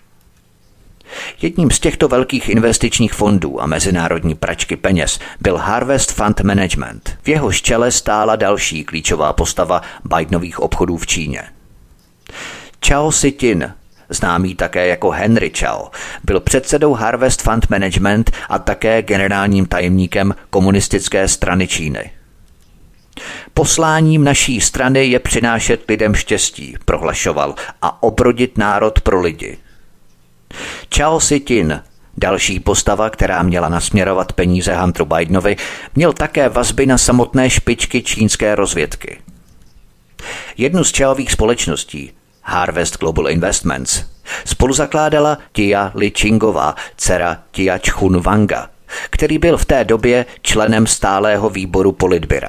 Jedním z těchto velkých investičních fondů a mezinárodní pračky peněz byl Harvest Fund Management. V jehož čele stála další klíčová postava Bidenových obchodů v Číně. Chao Si-tin, známý také jako Henry Chao, byl předsedou Harvest Fund Management a také generálním tajemníkem komunistické strany Číny. Posláním naší strany je přinášet lidem štěstí, prohlašoval, a obrodit národ pro lidi. Chao Si-tin, další postava, která měla nasměrovat peníze Hunteru Bidenovi, měl také vazby na samotné špičky čínské rozvědky. Jednu z Chaových společností, Harvest Global Investments, spoluzakládala Tia Li-Chingová, dcera Tia Chun-Wanga, který byl v té době členem stálého výboru Politbyra.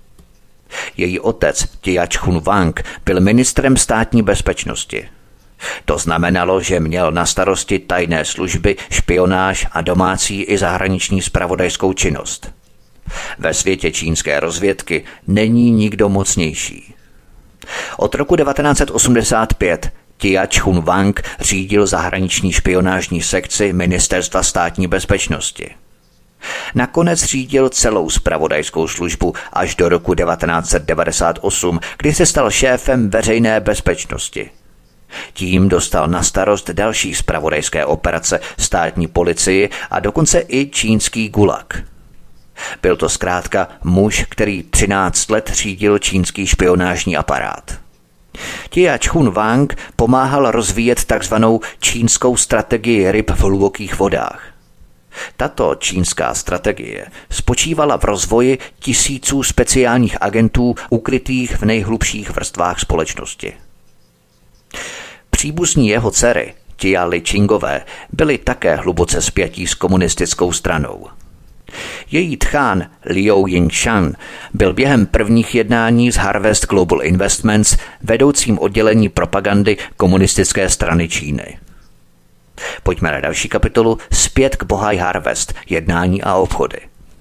Její otec Tia Chun-Wang byl ministrem státní bezpečnosti. To znamenalo, že měl na starosti tajné služby, špionáž a domácí i zahraniční zpravodajskou činnost. Ve světě čínské rozvědky není nikdo mocnější. Od roku devatenáct set osmdesát pět Tia Chun-Wang řídil zahraniční špionážní sekci Ministerstva státní bezpečnosti. Nakonec řídil celou zpravodajskou službu až do roku devatenáct set devadesát osm, kdy se stal šéfem veřejné bezpečnosti. Tím dostal na starost další zpravodajské operace, státní policii a dokonce i čínský gulag. Byl to zkrátka muž, který třináct let řídil čínský špionážní aparát. Tia Chun-Wang pomáhal rozvíjet takzvanou čínskou strategii ryb v hlubokých vodách. Tato čínská strategie spočívala v rozvoji tisíců speciálních agentů ukrytých v nejhlubších vrstvách společnosti. Příbuzní jeho dcery, Tia Li-Chingové, byli také hluboce spjatí s komunistickou stranou. Její tchán Liu Yingshan byl během prvních jednání z Harvest Global Investments vedoucím oddělení propagandy komunistické strany Číny. Pojďme na další kapitolu Zpět k Bohai Harvest, jednání a obchody.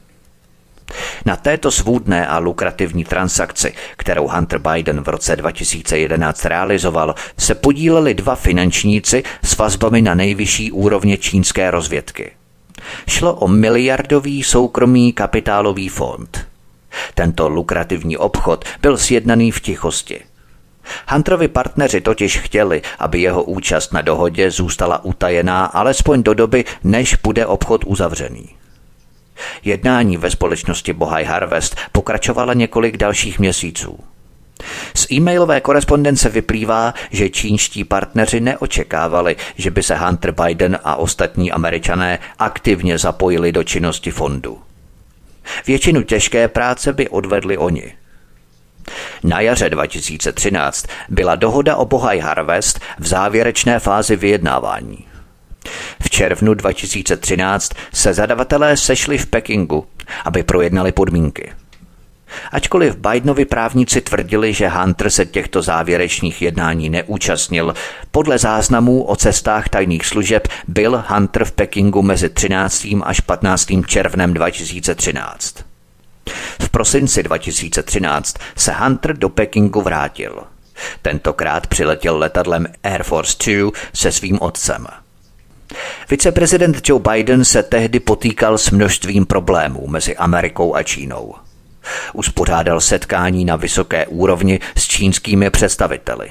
Na této svůdné a lukrativní transakci, kterou Hunter Biden v roce dva tisíce jedenáct realizoval, se podíleli dva finančníci s vazbami na nejvyšší úrovně čínské rozvědky. Šlo o miliardový soukromý kapitálový fond. Tento lukrativní obchod byl sjednaný v tichosti. Hunterovi partneři totiž chtěli, aby jeho účast na dohodě zůstala utajená alespoň do doby, než bude obchod uzavřený. Jednání ve společnosti Bohai Harvest pokračovala několik dalších měsíců. Z e-mailové korespondence vyplývá, že čínští partneři neočekávali, že by se Hunter Biden a ostatní Američané aktivně zapojili do činnosti fondu. Většinu těžké práce by odvedli oni. Na jaře dva tisíce třináct byla dohoda o Bohai Harvest v závěrečné fázi vyjednávání. V červnu dva tisíce třináct se zadavatelé sešli v Pekingu, aby projednali podmínky. Ačkoliv Bidenovi právníci tvrdili, že Hunter se těchto závěrečných jednání neúčastnil, podle záznamů o cestách tajných služeb byl Hunter v Pekingu mezi třináctým až patnáctým červnem dva tisíce třináct. V prosinci dva tisíce třináct se Hunter do Pekingu vrátil. Tentokrát přiletěl letadlem Air Force dva se svým otcem. Viceprezident Joe Biden se tehdy potýkal s množstvím problémů mezi Amerikou a Čínou. Uspořádal setkání na vysoké úrovni s čínskými představiteli.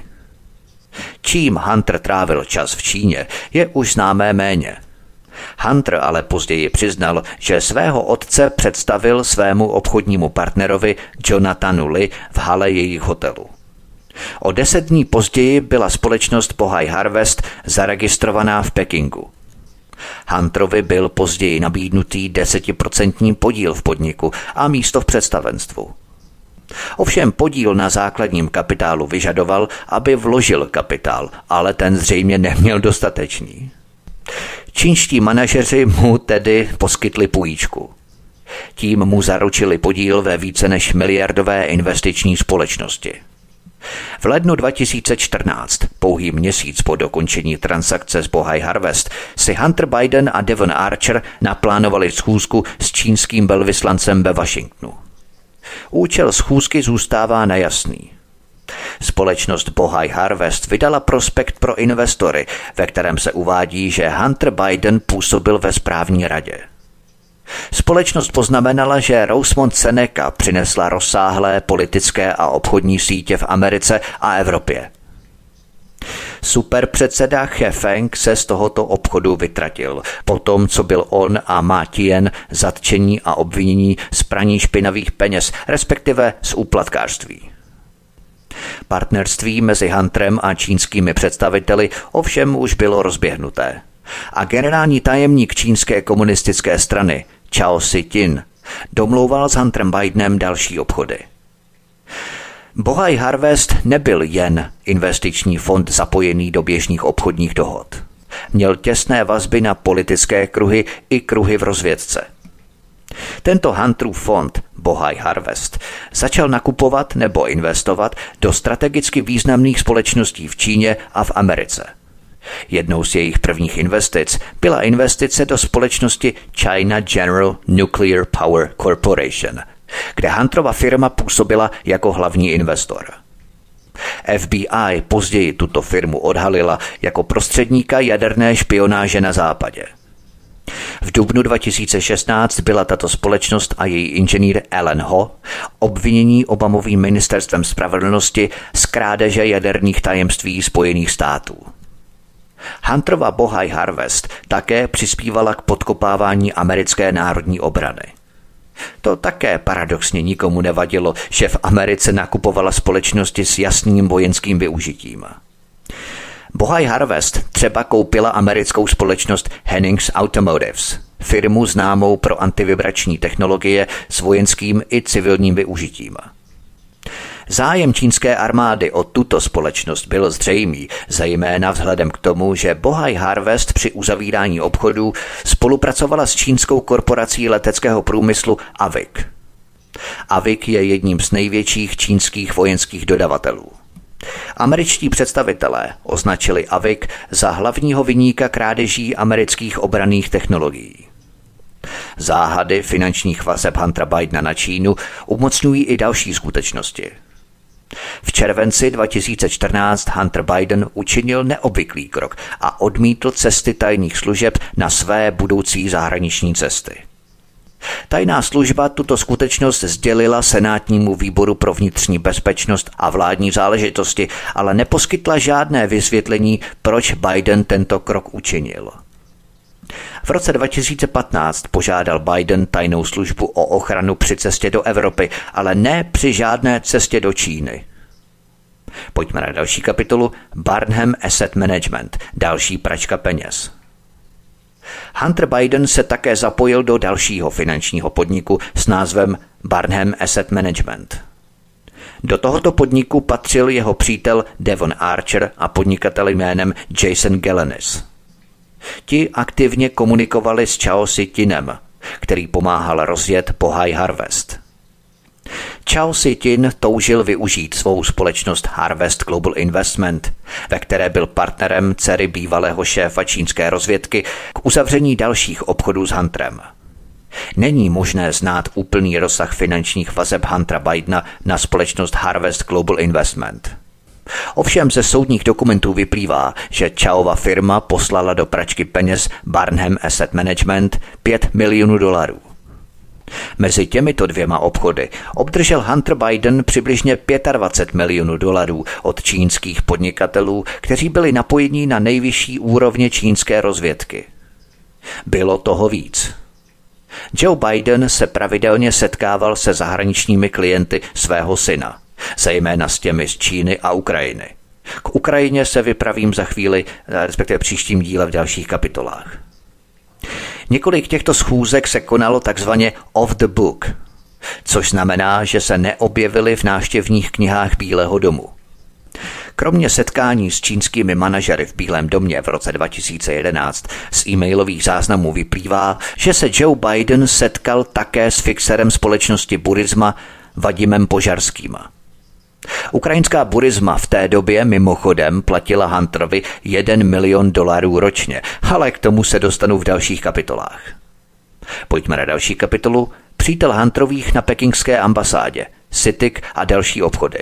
Čím Hunter trávil čas v Číně, je už známé méně. Hunter ale později přiznal, že svého otce představil svému obchodnímu partnerovi Jonathanu Lee v hale jejich hotelu. O deset dní později byla společnost Bohai Harvest zaregistrovaná v Pekingu. Hunterovi byl později nabídnutý desetiprocentní podíl v podniku a místo v představenstvu. Ovšem podíl na základním kapitálu vyžadoval, aby vložil kapitál, ale ten zřejmě neměl dostatečný. Čínští manažeři mu tedy poskytli půjčku. Tím mu zaručili podíl ve více než miliardové investiční společnosti. V lednu dva tisíce čtrnáct, pouhý měsíc po dokončení transakce s Bohai Harvest, si Hunter Biden a Devon Archer naplánovali schůzku s čínským velvyslancem ve Washingtonu. Účel schůzky zůstává nejasný. Společnost Bohai Harvest vydala prospekt pro investory, ve kterém se uvádí, že Hunter Biden působil ve správní radě. Společnost poznamenala, že Rosemont Seneca přinesla rozsáhlé politické a obchodní sítě v Americe a Evropě. Superpředseda He Feng se z tohoto obchodu vytratil, potom co byl on a Ma Tien zatčení a obvinění z praní špinavých peněz, respektive z úplatkářství. Partnerství mezi Hunterem a čínskými představiteli ovšem už bylo rozběhnuté. A generální tajemník čínské komunistické strany Chao Si-tin domlouval s Hunterem Bidenem další obchody. Bohai Harvest nebyl jen investiční fond zapojený do běžných obchodních dohod. Měl těsné vazby na politické kruhy i kruhy v rozvědce. Tento Hunterův fond Bohai Harvest začal nakupovat nebo investovat do strategicky významných společností v Číně a v Americe. Jednou z jejich prvních investic byla investice do společnosti China General Nuclear Power Corporation, kde Hunterova firma působila jako hlavní investor. F B I později tuto firmu odhalila jako prostředníka jaderné špionáže na západě. V dubnu dva tisíce šestnáct byla tato společnost a její inženýr Alan Ho obvinění Obamovým ministerstvem spravedlnosti z krádeže jaderných tajemství Spojených států. Hunterova Bohai Harvest také přispívala k podkopávání americké národní obrany. To také paradoxně nikomu nevadilo, že v Americe nakupovala společnosti s jasným vojenským využitím. Bohai Harvest třeba koupila americkou společnost Hennings Automotives, firmu známou pro antivibrační technologie s vojenským i civilním využitím. Zájem čínské armády o tuto společnost byl zřejmý, zejména vzhledem k tomu, že Bohai Harvest při uzavírání obchodů spolupracovala s čínskou korporací leteckého průmyslu A V I C. A V I C je jedním z největších čínských vojenských dodavatelů. Američtí představitelé označili A V I C za hlavního viníka krádeží amerických obranných technologií. Záhady finančních vazeb Huntera Bidena na Čínu umocňují i další skutečnosti. V červenci dva tisíce čtrnáct Hunter Biden učinil neobvyklý krok a odmítl cesty tajných služeb na své budoucí zahraniční cesty. Tajná služba tuto skutečnost sdělila Senátnímu výboru pro vnitřní bezpečnost a vládní záležitosti, ale neposkytla žádné vysvětlení, proč Biden tento krok učinil. V roce dva tisíce patnáct požádal Biden tajnou službu o ochranu při cestě do Evropy, ale ne při žádné cestě do Číny. Pojďme na další kapitolu. Barnham Asset Management, další pračka peněz. Hunter Biden se také zapojil do dalšího finančního podniku s názvem Barnham Asset Management. Do tohoto podniku patřil jeho přítel Devon Archer a podnikatel jménem Jason Galanis. Ti aktivně komunikovali s Chao Si-tinem, který pomáhal rozjet Bohai Harvest. Chao Si-tin toužil využít svou společnost Harvest Global Investment, ve které byl partnerem dcery bývalého šéfa čínské rozvědky, k uzavření dalších obchodů s Hunterem. Není možné znát úplný rozsah finančních vazeb Huntera Bidena na společnost Harvest Global Investment. Ovšem ze soudních dokumentů vyplývá, že Chaova firma poslala do pračky peněz Barnham Asset Management pět milionů dolarů. Mezi těmito dvěma obchody obdržel Hunter Biden přibližně dvacet pět milionů dolarů od čínských podnikatelů, kteří byli napojeni na nejvyšší úrovně čínské rozvědky. Bylo toho víc. Joe Biden se pravidelně setkával se zahraničními klienty svého syna, zejména s těmi z Číny a Ukrajiny. K Ukrajině se vypravím za chvíli, respektive příštím díle v dalších kapitolách. Několik těchto schůzek se konalo takzvaně off the book, což znamená, že se neobjevily v návštěvních knihách Bílého domu. Kromě setkání s čínskými manažery v Bílém domě v roce dva tisíce jedenáct z e-mailových záznamů vyplývá, že se Joe Biden setkal také s fixerem společnosti Burisma Vadimem Požarským. Ukrajinská Burisma v té době mimochodem platila Hunterovi jeden milion dolarů ročně, ale k tomu se dostanu v dalších kapitolách. Pojďme na další kapitolu. Přítel Hunterových na pekingské ambasádě, CITIC a další obchody.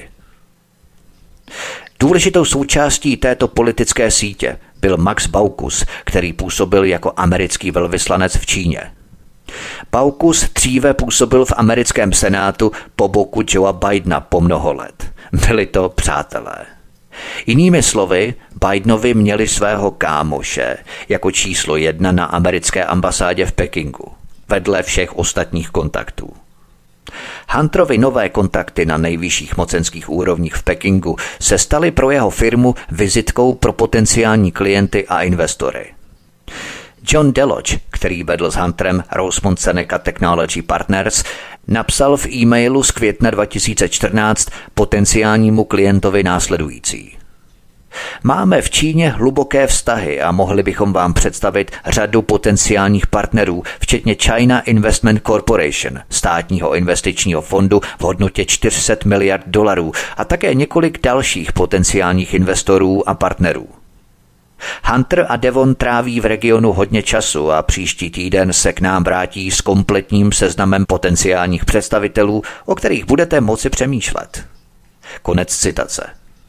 Důležitou součástí této politické sítě byl Max Baucus, který působil jako americký velvyslanec v Číně. Baucus dříve působil v americkém senátu po boku Joea Bidena po mnoho let. Byli to přátelé. Jinými slovy, Bidenovi měli svého kámoše jako číslo jedna na americké ambasádě v Pekingu, vedle všech ostatních kontaktů. Hunterovi nové kontakty na nejvyšších mocenských úrovních v Pekingu se staly pro jeho firmu vizitkou pro potenciální klienty a investory. John Deloach, který vedl s Hunterem Rosemont Seneca Technology Partners, napsal v e-mailu z května dva tisíce čtrnáct potenciálnímu klientovi následující. Máme v Číně hluboké vztahy a mohli bychom vám představit řadu potenciálních partnerů, včetně China Investment Corporation, státního investičního fondu v hodnotě čtyři sta miliard dolarů a také několik dalších potenciálních investorů a partnerů. Hunter a Devon tráví v regionu hodně času a příští týden se k nám vrátí s kompletním seznamem potenciálních představitelů, o kterých budete moci přemýšlet. Konec citace.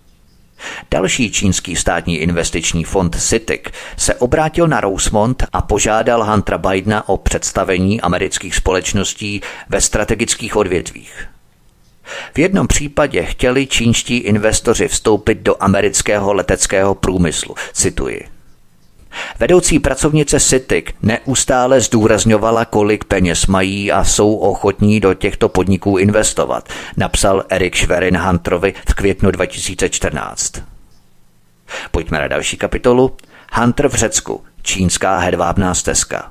Další čínský státní investiční fond CITIC se obrátil na Rosemont a požádal Huntera Bidena o představení amerických společností ve strategických odvětvích. V jednom případě chtěli čínští investoři vstoupit do amerického leteckého průmyslu, cituji. Vedoucí pracovnice CITIC neustále zdůrazňovala, kolik peněz mají a jsou ochotní do těchto podniků investovat, napsal Eric Schwerin Hunterovi v květnu dva tisíce čtrnáct. Pojďme na další kapitolu. Hunter v Řecku, čínská hedvábná stezka.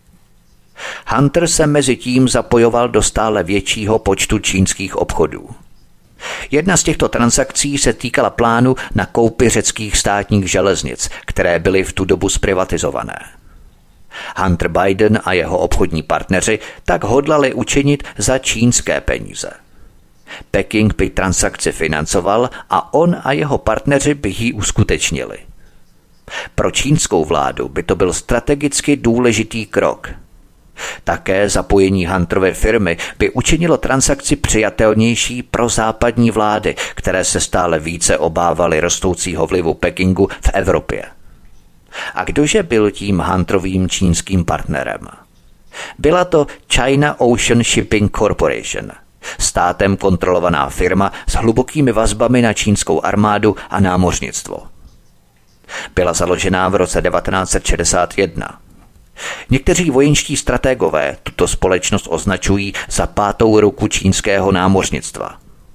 Hunter se mezi tím zapojoval do stále většího počtu čínských obchodů. Jedna z těchto transakcí se týkala plánu na koupi řeckých státních železnic, které byly v tu dobu zprivatizované. Hunter Biden a jeho obchodní partneři tak hodlali učinit za čínské peníze. Peking by transakci financoval a on a jeho partneři by ji uskutečnili. Pro čínskou vládu by to byl strategicky důležitý krok. Také zapojení Hunterovy firmy by učinilo transakci přijatelnější pro západní vlády, které se stále více obávaly rostoucího vlivu Pekingu v Evropě. A kdože byl tím Hunterovým čínským partnerem? Byla to China Ocean Shipping Corporation, státem kontrolovaná firma s hlubokými vazbami na čínskou armádu a námořnictvo. Byla založená v roce devatenáct set šedesát jedna. Někteří vojenští strategové tuto společnost označují za pátou ruku čínského námořnictva.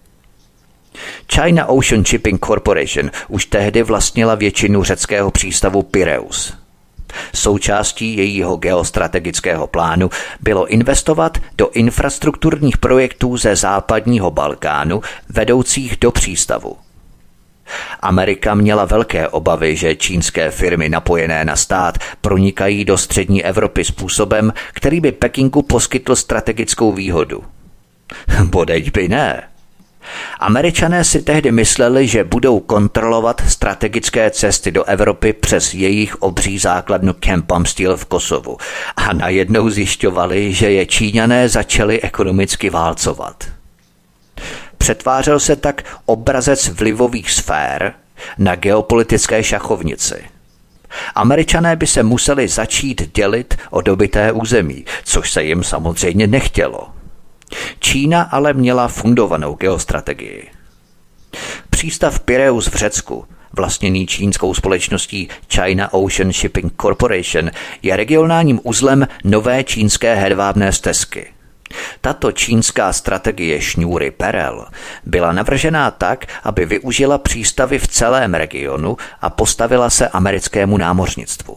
China Ocean Shipping Corporation už tehdy vlastnila většinu řeckého přístavu Pireus. Součástí jejího geostrategického plánu bylo investovat do infrastrukturních projektů ze západního Balkánu vedoucích do přístavu. Amerika měla velké obavy, že čínské firmy napojené na stát pronikají do střední Evropy způsobem, který by Pekingu poskytl strategickou výhodu. Bodeď by ne. Američané si tehdy mysleli, že budou kontrolovat strategické cesty do Evropy přes jejich obří základnu Camp Amstel v Kosovu a najednou zjišťovali, že je Číňané začali ekonomicky válcovat. Přetvářel se tak obrazec vlivových sfér na geopolitické šachovnici. Američané by se museli začít dělit o dobyté území, což se jim samozřejmě nechtělo. Čína ale měla fundovanou geostrategii. Přístav Pireus v Řecku, vlastněný čínskou společností China Ocean Shipping Corporation, je regionálním uzlem nové čínské hedvábné stezky. Tato čínská strategie šňůry perel byla navržená tak, aby využila přístavy v celém regionu a postavila se americkému námořnictvu.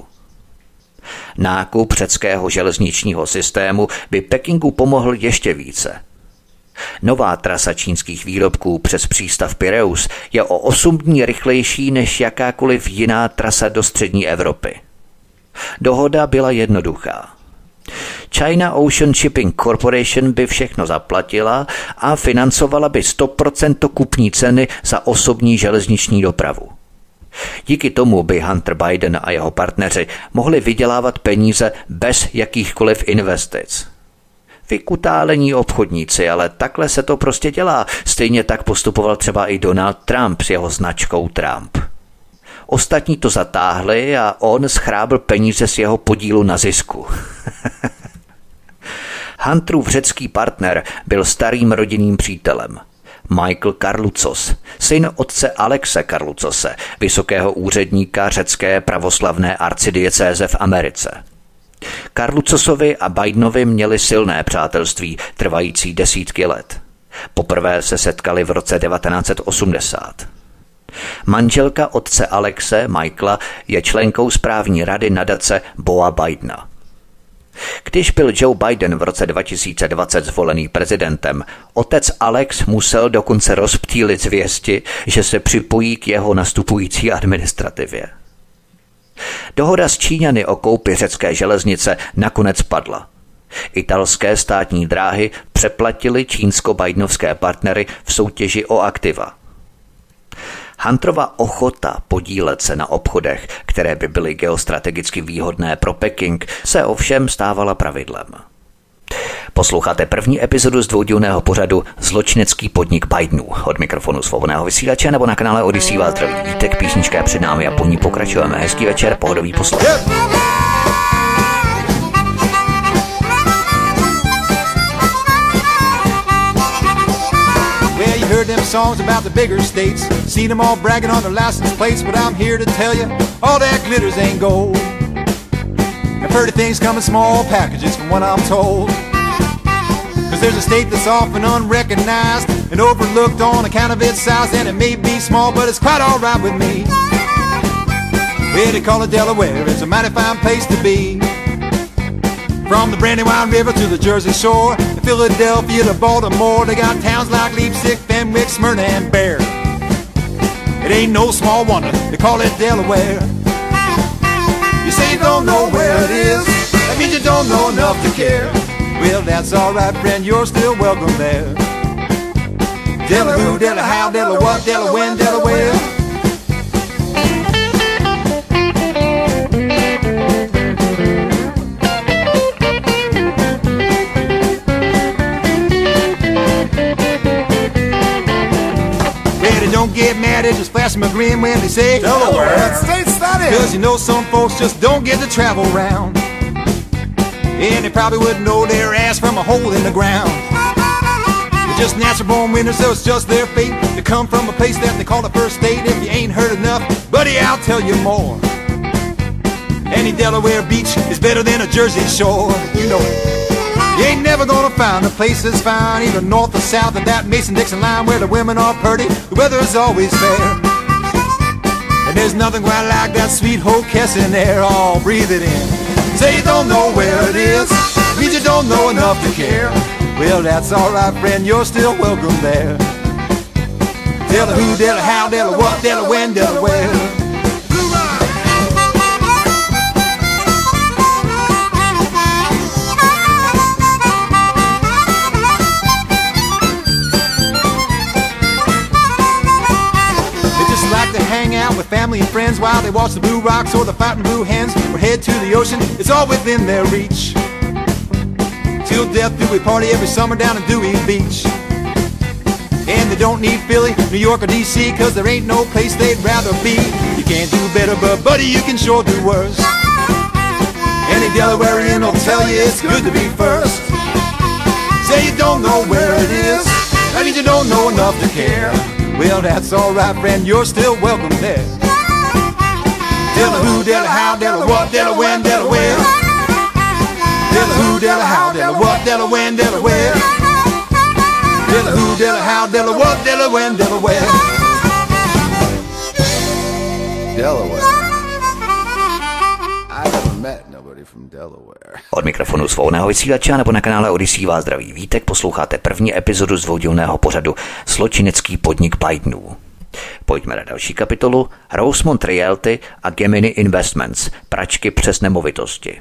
Nákup řeckého železničního systému by Pekingu pomohl ještě více. Nová trasa čínských výrobků přes přístav Pireus je o osm dní rychlejší než jakákoliv jiná trasa do střední Evropy. Dohoda byla jednoduchá. China Ocean Shipping Corporation by všechno zaplatila a financovala by sto procent kupní ceny za osobní železniční dopravu. Díky tomu by Hunter Biden a jeho partneři mohli vydělávat peníze bez jakýchkoliv investic. Vykutálení obchodníci, ale takhle se to prostě dělá. Stejně tak postupoval třeba i Donald Trump s jeho značkou Trump. Ostatní to zatáhli a on schrábl peníze z jeho podílu na zisku. Hunterův řecký partner byl starým rodinným přítelem. Michael Karlucos, syn otce Alexe Karlucose, vysokého úředníka řecké pravoslavné arcidiecéze v Americe. Karlucosovi a Bidenovi měli silné přátelství, trvající desítky let. Poprvé se setkali v roce devatenáct set osmdesát. Manželka otce Alexe, Michaela, je členkou správní rady nadace Boa Bidena. Když byl Joe Biden v roce dva tisíce dvacet zvolený prezidentem, otec Alex musel dokonce rozptýlit zvěsti, že se připojí k jeho nastupující administrativě. Dohoda s Číňany o koupi řecké železnice nakonec padla. Italské státní dráhy přeplatily čínsko-bidenovské partnery v soutěži o aktiva. Hunterova ochota podílet se na obchodech, které by byly geostrategicky výhodné pro Peking, se ovšem stávala pravidlem. Posloucháte první epizodu z dvoudílného pořadu Zločinecký podnik Bidenů. Od mikrofonu Svobodného vysílače nebo na kanále Odyssey vás zdraví Vítek, písnička je před námi a po ní pokračujeme. Hezký večer, pohodový poslech.
Heard them songs about the bigger states, seen them all bragging on their license plates, but I'm here to tell you, all that glitters ain't gold. I've heard of things come in small packages from what I'm told. Cause there's a state that's often unrecognized and overlooked on account of its size, and it may be small, but it's quite alright with me. Yeah, they call it Delaware, it's a mighty fine place to be. From the Brandywine River to the Jersey Shore, Philadelphia to Baltimore, they got towns like Leipzig, Fenwick, Smyrna, and Bear. It ain't no small wonder they call it Delaware. You say you don't know where it is, that means you don't know enough to care. Well, that's alright, friend, you're still welcome there. Delaware, Delaware, how, Delaware, what, Delaware, Delaware. Don't get mad, it just flash them a grin when they say Delaware. What state's that in? Cause you know some folks just don't get to travel around, and they probably wouldn't know their ass from a hole in the ground. They're just natural born winners, so it's just their fate to come from a place that they call the first state. If you ain't heard enough, buddy, I'll tell you more. Any Delaware beach is better than a Jersey shore. You know it. You ain't never gonna find a place that's fine, either north or south of that Mason-Dixon line, where the women are purty, the weather is always fair, and And there's nothing quite like that sweet Hocus in there, all breathe it in. Say you don't know where it is, means you don't know enough to care. Well, that's alright, friend, you're still welcome there. Tell her who, tell her how, tell her what, tell her when, tell her where. Hang out with family and friends while they watch the Blue Rocks or the Fighting Blue Hens, or head to the ocean, it's all within their reach. Till death do we party every summer down in Dewey Beach. And they don't need Philly, New York or D C, cause there ain't no place they'd rather be. You can't do better, but buddy, you can sure do worse. Any Delawarean will tell you it's good to be first. Say you don't know where it is, that means you don't know enough to care. Well, that's alright, friend, you're still welcome there. Tell her who, tell her how, tell her what, tell her when, tell her where. Tell her who, tell her how, tell her what, tell her when, tell her where. Tell her who, tell her how, tell her what, tell her when, tell her where. Delaware. I never met nobody from Delaware.
Od mikrofonu svobodného vysílače nebo na kanále Odyssey vás zdraví Vítek, posloucháte první epizodu z dvoudílného pořadu Zločinecký podnik Bidenů. Pojďme na další kapitolu Rosemont Realty a Gemini Investments, pračky přes nemovitosti.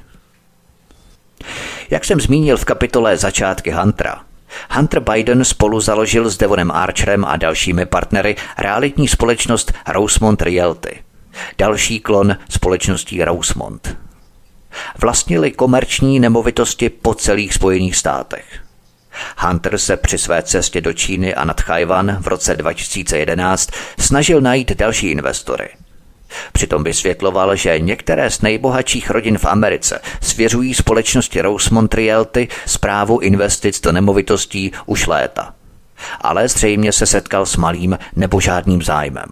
Jak jsem zmínil v kapitole Začátky Huntera, Hunter Biden spolu založil s Devonem Archerem a dalšími partnery realitní společnost Rosemont Realty, další klon společností Rosemont. Vlastnili komerční nemovitosti po celých Spojených státech. Hunter se při své cestě do Číny a nad Tchaj-wan v roce dva tisíce jedenáct snažil najít další investory. Přitom vysvětloval, že některé z nejbohatších rodin v Americe svěřují společnosti Rosemont Realty správu investic do nemovitostí už léta. Ale zřejmě se setkal s malým nebo žádným zájmem.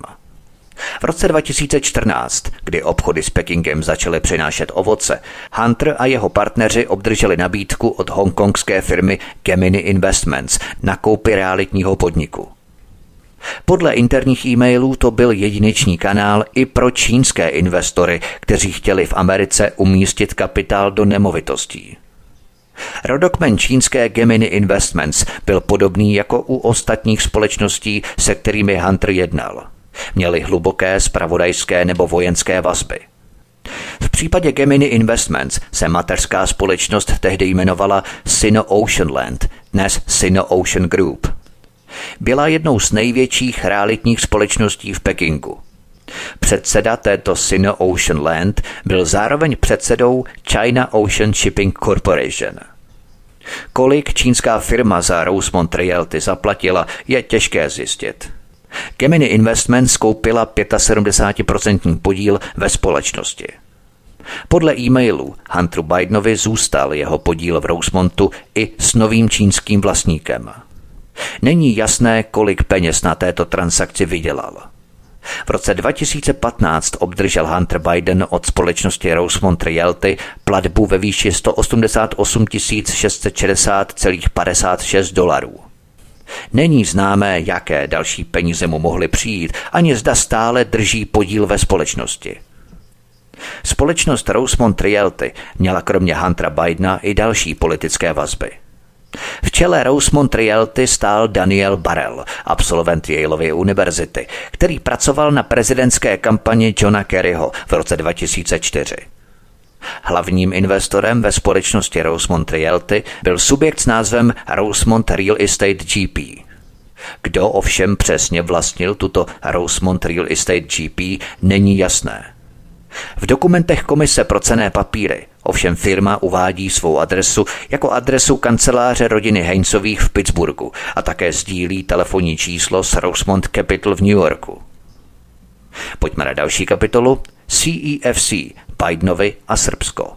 V roce dva tisíce čtrnáct, kdy obchody s Pekingem začaly přinášet ovoce, Hunter a jeho partneři obdrželi nabídku od hongkongské firmy Gemini Investments na koupi realitního podniku. Podle interních e-mailů to byl jedinečný kanál i pro čínské investory, kteří chtěli v Americe umístit kapitál do nemovitostí. Rodokmen čínské Gemini Investments byl podobný jako u ostatních společností, se kterými Hunter jednal. Měli hluboké zpravodajské nebo vojenské vazby. V případě Gemini Investments se mateřská společnost tehdy jmenovala Sino-Ocean Land, dnes Sino-Ocean Group. Byla jednou z největších realitních společností v Pekingu. Předseda této Sino-Ocean Land byl zároveň předsedou China Ocean Shipping Corporation. Kolik čínská firma za Rosemont Realty zaplatila, je těžké zjistit. Gemini Investments koupila sedmdesát pět procent podíl ve společnosti. Podle e-mailu Hunteru Bidenovi zůstal jeho podíl v Rosemontu i s novým čínským vlastníkem. Není jasné, kolik peněz na této transakci vydělal. V roce dva tisíce patnáct obdržel Hunter Biden od společnosti Rosemont Realty platbu ve výši sto osmdesát osm tisíc šest set šedesát celá padesát šest dolarů. Není známé, jaké další peníze mu mohly přijít, ani zda stále drží podíl ve společnosti. Společnost Rosemont Realty měla kromě Huntera Bidena i další politické vazby. V čele Rosemont Realty stál Daniel Barel, absolvent Yaleovy univerzity, který pracoval na prezidentské kampani Johna Kerryho v roce dva tisíce čtyři. Hlavním investorem ve společnosti Rosemont Realty byl subjekt s názvem Rosemont Real Estate G P. Kdo ovšem přesně vlastnil tuto Rosemont Real Estate G P, není jasné. V dokumentech Komise pro cenné papíry ovšem firma uvádí svou adresu jako adresu kanceláře rodiny Heinzových v Pittsburghu a také sdílí telefonní číslo s Rosemont Capital v New Yorku. Pojďme na další kapitolu C E F C, Bidenovi a Srbsko.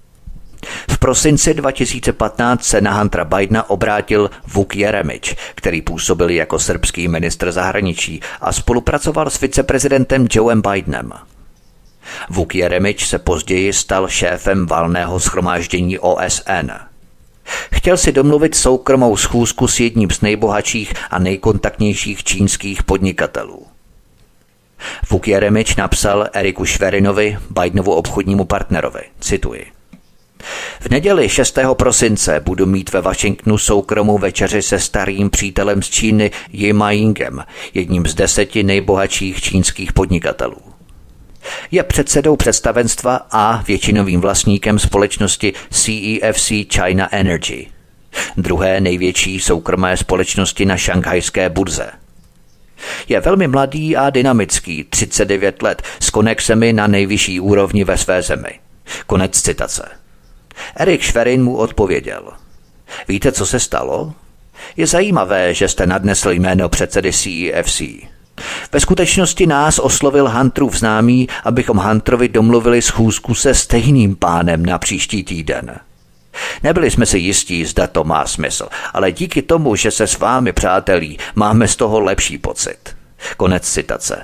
V prosinci dva tisíce patnáct se na Huntera Bidena obrátil Vuk Jeremič, který působil jako srbský ministr zahraničí a spolupracoval s viceprezidentem Joeem Bidenem. Vuk Jeremič se později stal šéfem valného shromáždění O S N. Chtěl si domluvit soukromou schůzku s jedním z nejbohatších a nejkontaktnějších čínských podnikatelů. Vuk Jeremič napsal Eriku Schwerinovi, Bidenovu obchodnímu partnerovi, cituji. V neděli šestého prosince budu mít ve Washingtonu soukromou večeři se starým přítelem z Číny Jima Yingem, jedním z deseti nejbohatších čínských podnikatelů. Je předsedou představenstva a většinovým vlastníkem společnosti C E F C China Energy, druhé největší soukromé společnosti na šanghajské burze. Je velmi mladý a dynamický, třicet devět let, s konexemi na nejvyšší úrovni ve své zemi. Konec citace. Erik Schwerin mu odpověděl. Víte, co se stalo? Je zajímavé, že jste nadnesl jméno předsedy C E F C. Ve skutečnosti nás oslovil Hunterův známý, abychom Hunterovi domluvili schůzku se stejným pánem na příští týden. Nebyli jsme si jistí, zda to má smysl, ale díky tomu, že se s vámi přátelí, máme z toho lepší pocit. Konec citace.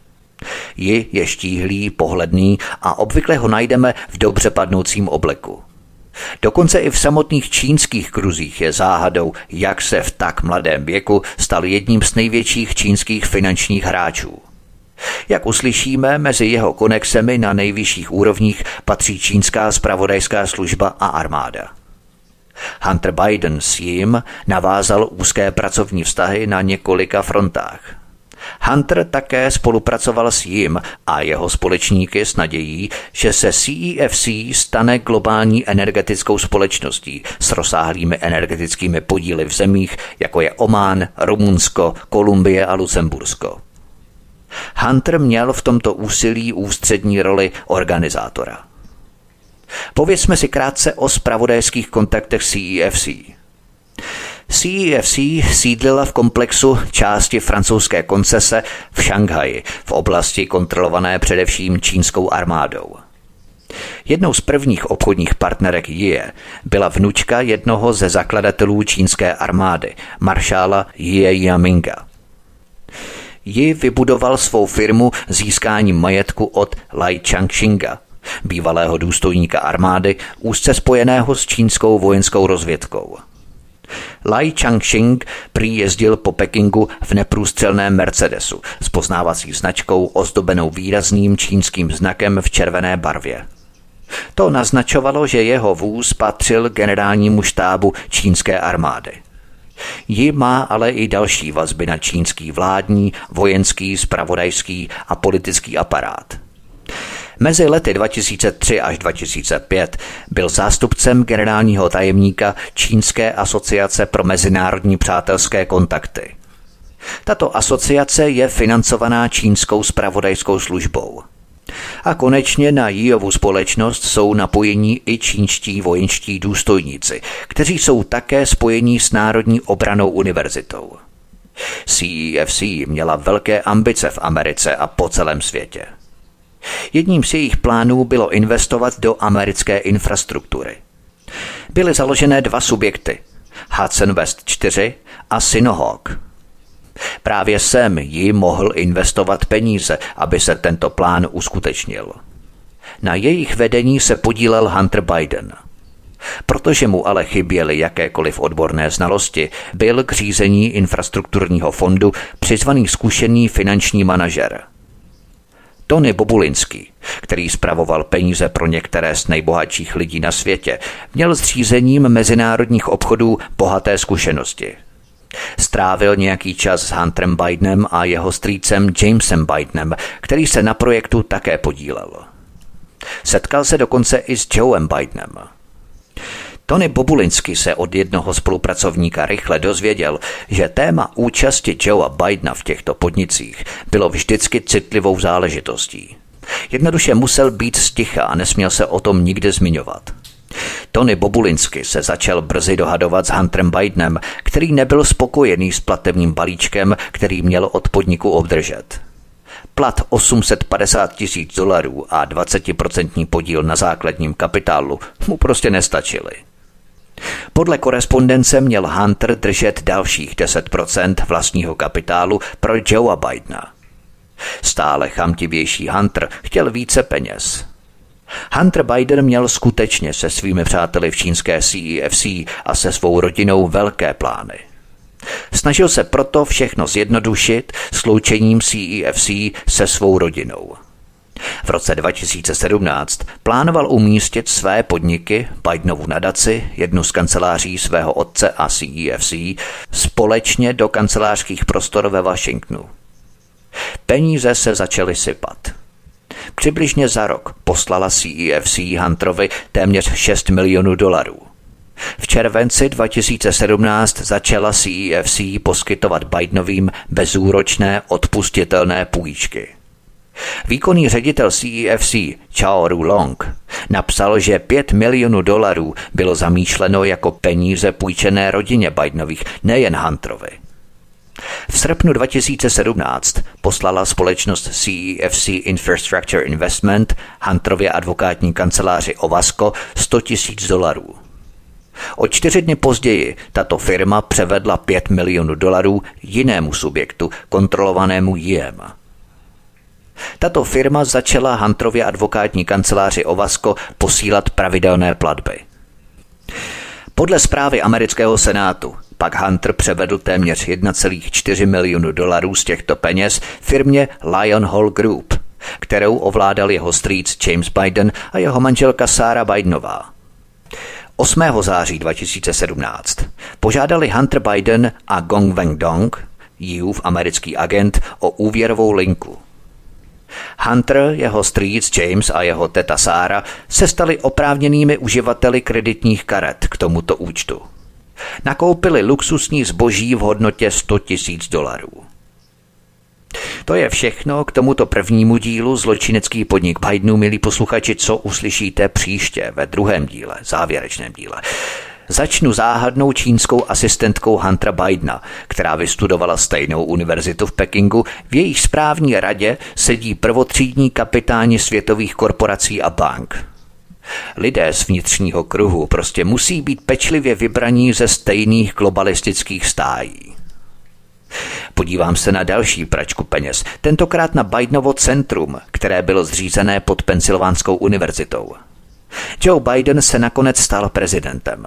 Ji je štíhlý, pohledný a obvykle ho najdeme v dobře padnoucím obleku. Dokonce i v samotných čínských kruzích je záhadou, jak se v tak mladém věku stal jedním z největších čínských finančních hráčů. Jak uslyšíme, mezi jeho konexemi na nejvyšších úrovních patří čínská zpravodajská služba a armáda. Hunter Biden s jím navázal úzké pracovní vztahy na několika frontách. Hunter také spolupracoval s jím a jeho společníky s nadějí, že se C E F C stane globální energetickou společností s rozsáhlými energetickými podíly v zemích, jako je Omán, Rumunsko, Kolumbie a Lucembursko. Hunter měl v tomto úsilí ústřední roli organizátora. Povězme si krátce o zpravodajských kontaktech C E F C. C E F C sídlila v komplexu části francouzské koncese v Šanghaji, v oblasti kontrolované především čínskou armádou. Jednou z prvních obchodních partnerek Jie byla vnučka jednoho ze zakladatelů čínské armády, maršála Jie Jiaminga. Ji vybudoval svou firmu získáním majetku od Lai Changxinga, bývalého důstojníka armády, úzce spojeného s čínskou vojenskou rozvědkou. Lai Changxing prý jezdil po Pekingu v neprůstřelném Mercedesu s poznávací značkou ozdobenou výrazným čínským znakem v červené barvě. To naznačovalo, že jeho vůz patřil generálnímu štábu čínské armády. Ji má ale i další vazby na čínský vládní, vojenský, zpravodajský a politický aparát. Mezi lety dva tisíce tři až dva tisíce pět byl zástupcem generálního tajemníka Čínské asociace pro mezinárodní přátelské kontakty. Tato asociace je financovaná čínskou zpravodajskou službou. A konečně na Jiovu společnost jsou napojení i čínští vojenští důstojníci, kteří jsou také spojení s Národní obrannou univerzitou. C E F C měla velké ambice v Americe a po celém světě. Jedním z jejich plánů bylo investovat do americké infrastruktury. Byly založené dva subjekty, Hudson West čtyři a Sinohawk. Právě sem ji mohl investovat peníze, aby se tento plán uskutečnil. Na jejich vedení se podílel Hunter Biden. Protože mu ale chyběly jakékoliv odborné znalosti, byl k řízení infrastrukturního fondu přizvaný zkušený finanční manažer. Tony Bobulinský, který spravoval peníze pro některé z nejbohatších lidí na světě, měl s řízením mezinárodních obchodů bohaté zkušenosti. Strávil nějaký čas s Hunterem Bidenem a jeho strýcem Jamesem Bidenem, který se na projektu také podílel. Setkal se dokonce i s Joeem Bidenem. Tony Bobulinský se od jednoho spolupracovníka rychle dozvěděl, že téma účasti Joea Bidena v těchto podnicích bylo vždycky citlivou záležitostí. Jednoduše musel být sticha a nesměl se o tom nikde zmiňovat. Tony Bobulinský se začal brzy dohadovat s Hunterem Bidenem, který nebyl spokojený s platebním balíčkem, který měl od podniku obdržet. Plat osm set padesát tisíc dolarů a dvacetiprocentní podíl na základním kapitálu mu prostě nestačily. Podle korespondence měl Hunter držet dalších deset procent vlastního kapitálu pro Joea Bidena. Stále chamtivější Hunter chtěl více peněz. Hunter Biden měl skutečně se svými přáteli v čínské C E F C a se svou rodinou velké plány. Snažil se proto všechno zjednodušit sloučením C E F C se svou rodinou. V roce dva tisíce sedmnáct plánoval umístit své podniky, Bidenovu nadaci, jednu z kanceláří svého otce a C E F C, společně do kancelářských prostor ve Washingtonu. Peníze se začaly sypat. Přibližně za rok poslala C E F C Hunterovi téměř šest milionů dolarů. V červenci dva tisíce sedmnáct začala C E F C poskytovat Bidenovým bezúročné odpustitelné půjčky. Výkonný ředitel C E F C Chao Ru-long napsal, že pět milionů dolarů bylo zamýšleno jako peníze půjčené rodině Bidenových, nejen Hunterovi. V srpnu dva tisíce sedmnáct poslala společnost C E F C Infrastructure Investment Hunterově advokátní kanceláři Ovasco sto tisíc dolarů. O čtyři dny později tato firma převedla pět milionů dolarů jinému subjektu kontrolovanému jiem. Tato firma začala Hunterově advokátní kanceláři Ovasco posílat pravidelné platby. Podle zprávy amerického senátu pak Hunter převedl téměř jedna celá čtyři milionu dolarů z těchto peněz firmě Lion Hall Group, kterou ovládal jeho strýc James Biden a jeho manželka Sarah Bidenová. osmého září dva tisíce sedmnáct požádali Hunter Biden a Gong Wang Dong, Yiův americký agent, o úvěrovou linku. Hunter, jeho strýc James a jeho teta Sarah se stali oprávněnými uživateli kreditních karet k tomuto účtu. Nakoupili luxusní zboží v hodnotě sto tisíc dolarů. To je všechno k tomuto prvnímu dílu Zločinecký podnik Bidenů, milí posluchači, co uslyšíte příště ve druhém díle, závěrečném díle. Začnu záhadnou čínskou asistentkou Huntera Bidena, která vystudovala stejnou univerzitu v Pekingu. V její správní radě sedí prvotřídní kapitáni světových korporací a bank. Lidé z vnitřního kruhu prostě musí být pečlivě vybraní ze stejných globalistických stájí. Podívám se na další pračku peněz, tentokrát na Bidenovo centrum, které bylo zřízené pod Pensylvánskou univerzitou. Joe Biden se nakonec stal prezidentem.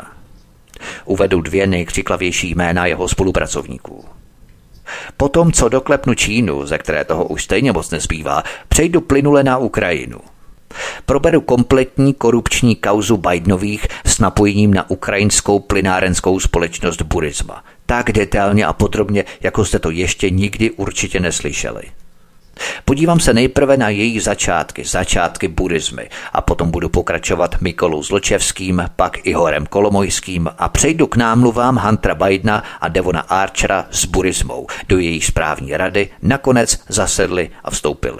Uvedu dvě nejkřiklavější jména jeho spolupracovníků. Potom, co doklepnu Čínu, ze které toho už stejně moc nezbývá, přejdu plynule na Ukrajinu. Proberu kompletní korupční kauzu Bidenových s napojením na ukrajinskou plynárenskou společnost Burisma. Tak detailně a podrobně, jako jste to ještě nikdy určitě neslyšeli. Podívám se nejprve na její začátky, začátky Burismy a potom budu pokračovat Mykolou Zločevským, pak Ihorem Kolomojským a přejdu k námluvám Huntera Bidena a Devona Archera s Burismou. Do její správní rady nakonec zasedli a vstoupili.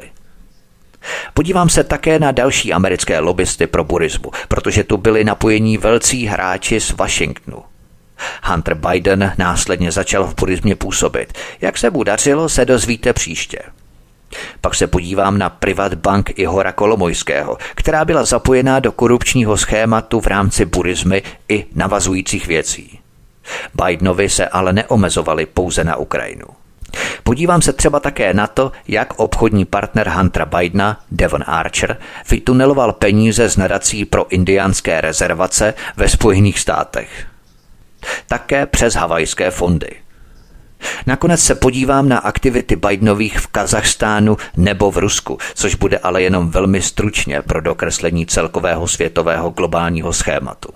Podívám se také na další americké lobbysty pro Burismu, protože tu byli napojení velcí hráči z Washingtonu. Hunter Biden následně začal v Burismě působit. Jak se mu dařilo, se dozvíte příště. Pak se podívám na Privatbank Ihora Kolomojského, která byla zapojená do korupčního schématu v rámci Burismy i navazujících věcí. Bidenovi se ale neomezovali pouze na Ukrajinu. Podívám se třeba také na to, jak obchodní partner Huntera Bidena, Devon Archer, vytuneloval peníze z nadací pro indiánské rezervace ve Spojených státech. Také přes havajské fondy. Nakonec se podívám na aktivity Bidenových v Kazachstánu nebo v Rusku, což bude ale jenom velmi stručně pro dokreslení celkového světového globálního schématu.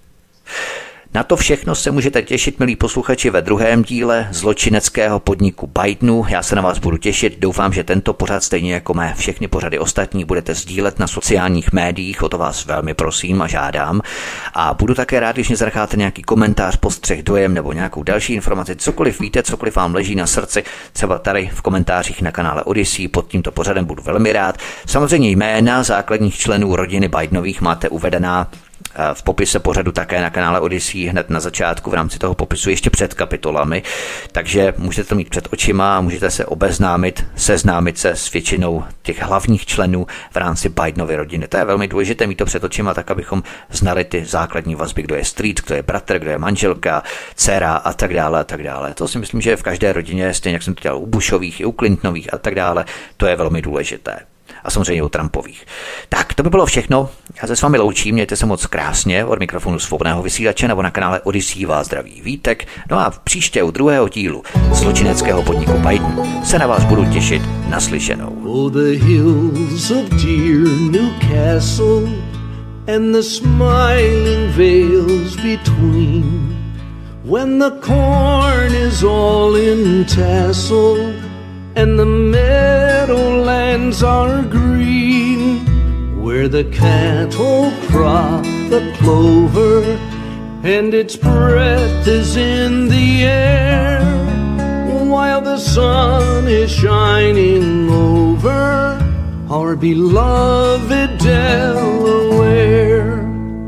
Na to všechno se můžete těšit, milí posluchači, ve druhém díle Zločineckého podniku Bidenů. Já se na vás budu těšit, doufám, že tento pořad, stejně jako mé všechny pořady ostatní, budete sdílet na sociálních médiích, o to vás velmi prosím a žádám. A budu také rád, když mě zanecháte nějaký komentář, postřeh, dojem nebo nějakou další informaci, cokoliv víte, cokoliv vám leží na srdci, třeba tady v komentářích na kanále Odyssey, pod tímto pořadem budu velmi rád. Samozřejmě jména základních členů rodiny Bidenových máte uvedená v popise pořadu také na kanále Odyssey hned na začátku v rámci toho popisu ještě před kapitolami, takže můžete to mít před očima a můžete se obeznámit, seznámit se s většinou těch hlavních členů v rámci Bidenovy rodiny. To je velmi důležité mít to před očima, tak abychom znali ty základní vazby, kdo je strýc, kdo je bratr, kdo je manželka, dcera a tak dále a tak dále. To si myslím, že v každé rodině, stejně jak jsem to dělal u Bushových i u Clintonových a tak dále, to je velmi důležité. a samozřejmě u Trumpových. Tak, to by bylo všechno. Já se s vámi loučím, mějte se moc krásně. Od mikrofonu Svobodného vysílače nebo na kanále Odyssey vás zdraví Vítek. No a příště u druhého dílu zločineckého podniku Biden se na vás budu těšit naslyšenou.
Oh, the hills of dear Newcastle and the smiling vales between, when the corn is all in tassel and the meadowlands are green, where the cattle crop the clover and its breath is in the air, while the sun is shining over our beloved Delaware.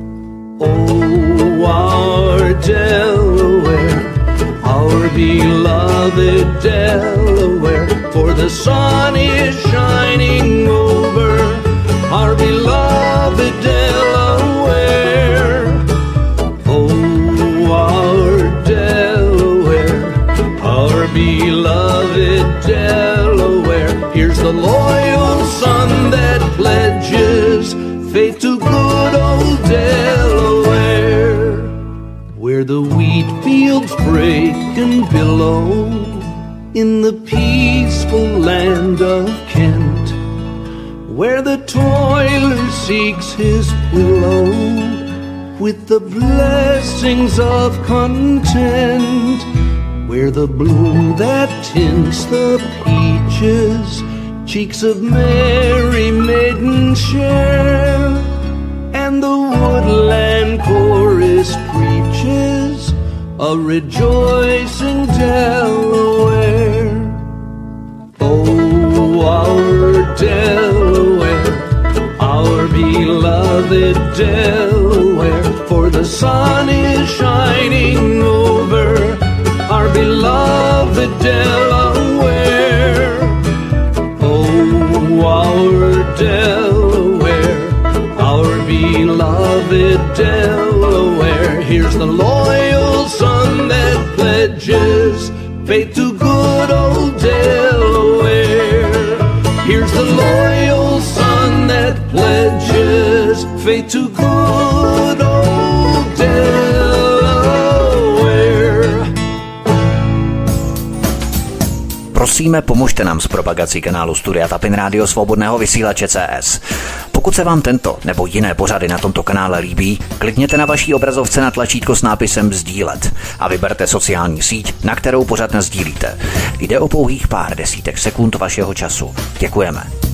Oh, our Delaware, our beloved Delaware, for the sun is shining over our beloved Delaware. Oh, our Delaware, our beloved Delaware, here's the loyal sun that pledges faith to good old Delaware, where the wheat fields break and billow in the peaceful land of Kent, where the toiler seeks his pillow with the blessings of content, where the bloom that tints the peaches cheeks of merry maidens share, and the woodland chorus preaches a rejoicing Delaware. Oh, our Delaware, our beloved Delaware, for the sun is shining over our beloved Delaware. Oh, our Delaware, our beloved Delaware, here's the loyal sun that pledges faith to good old Delaware. Here's the loyal sun that pledges faith to good old Delaware.
Prosíme, pomožte nám s propagací kanálu Studia Tapin Rádio Svobodného vysílače C S. Pokud se vám tento nebo jiné pořady na tomto kanále líbí, klikněte na vaší obrazovce na tlačítko s nápisem sdílet a vyberte sociální síť, na kterou pořad nasdílíte. Jde o pouhých pár desítek sekund vašeho času. Děkujeme.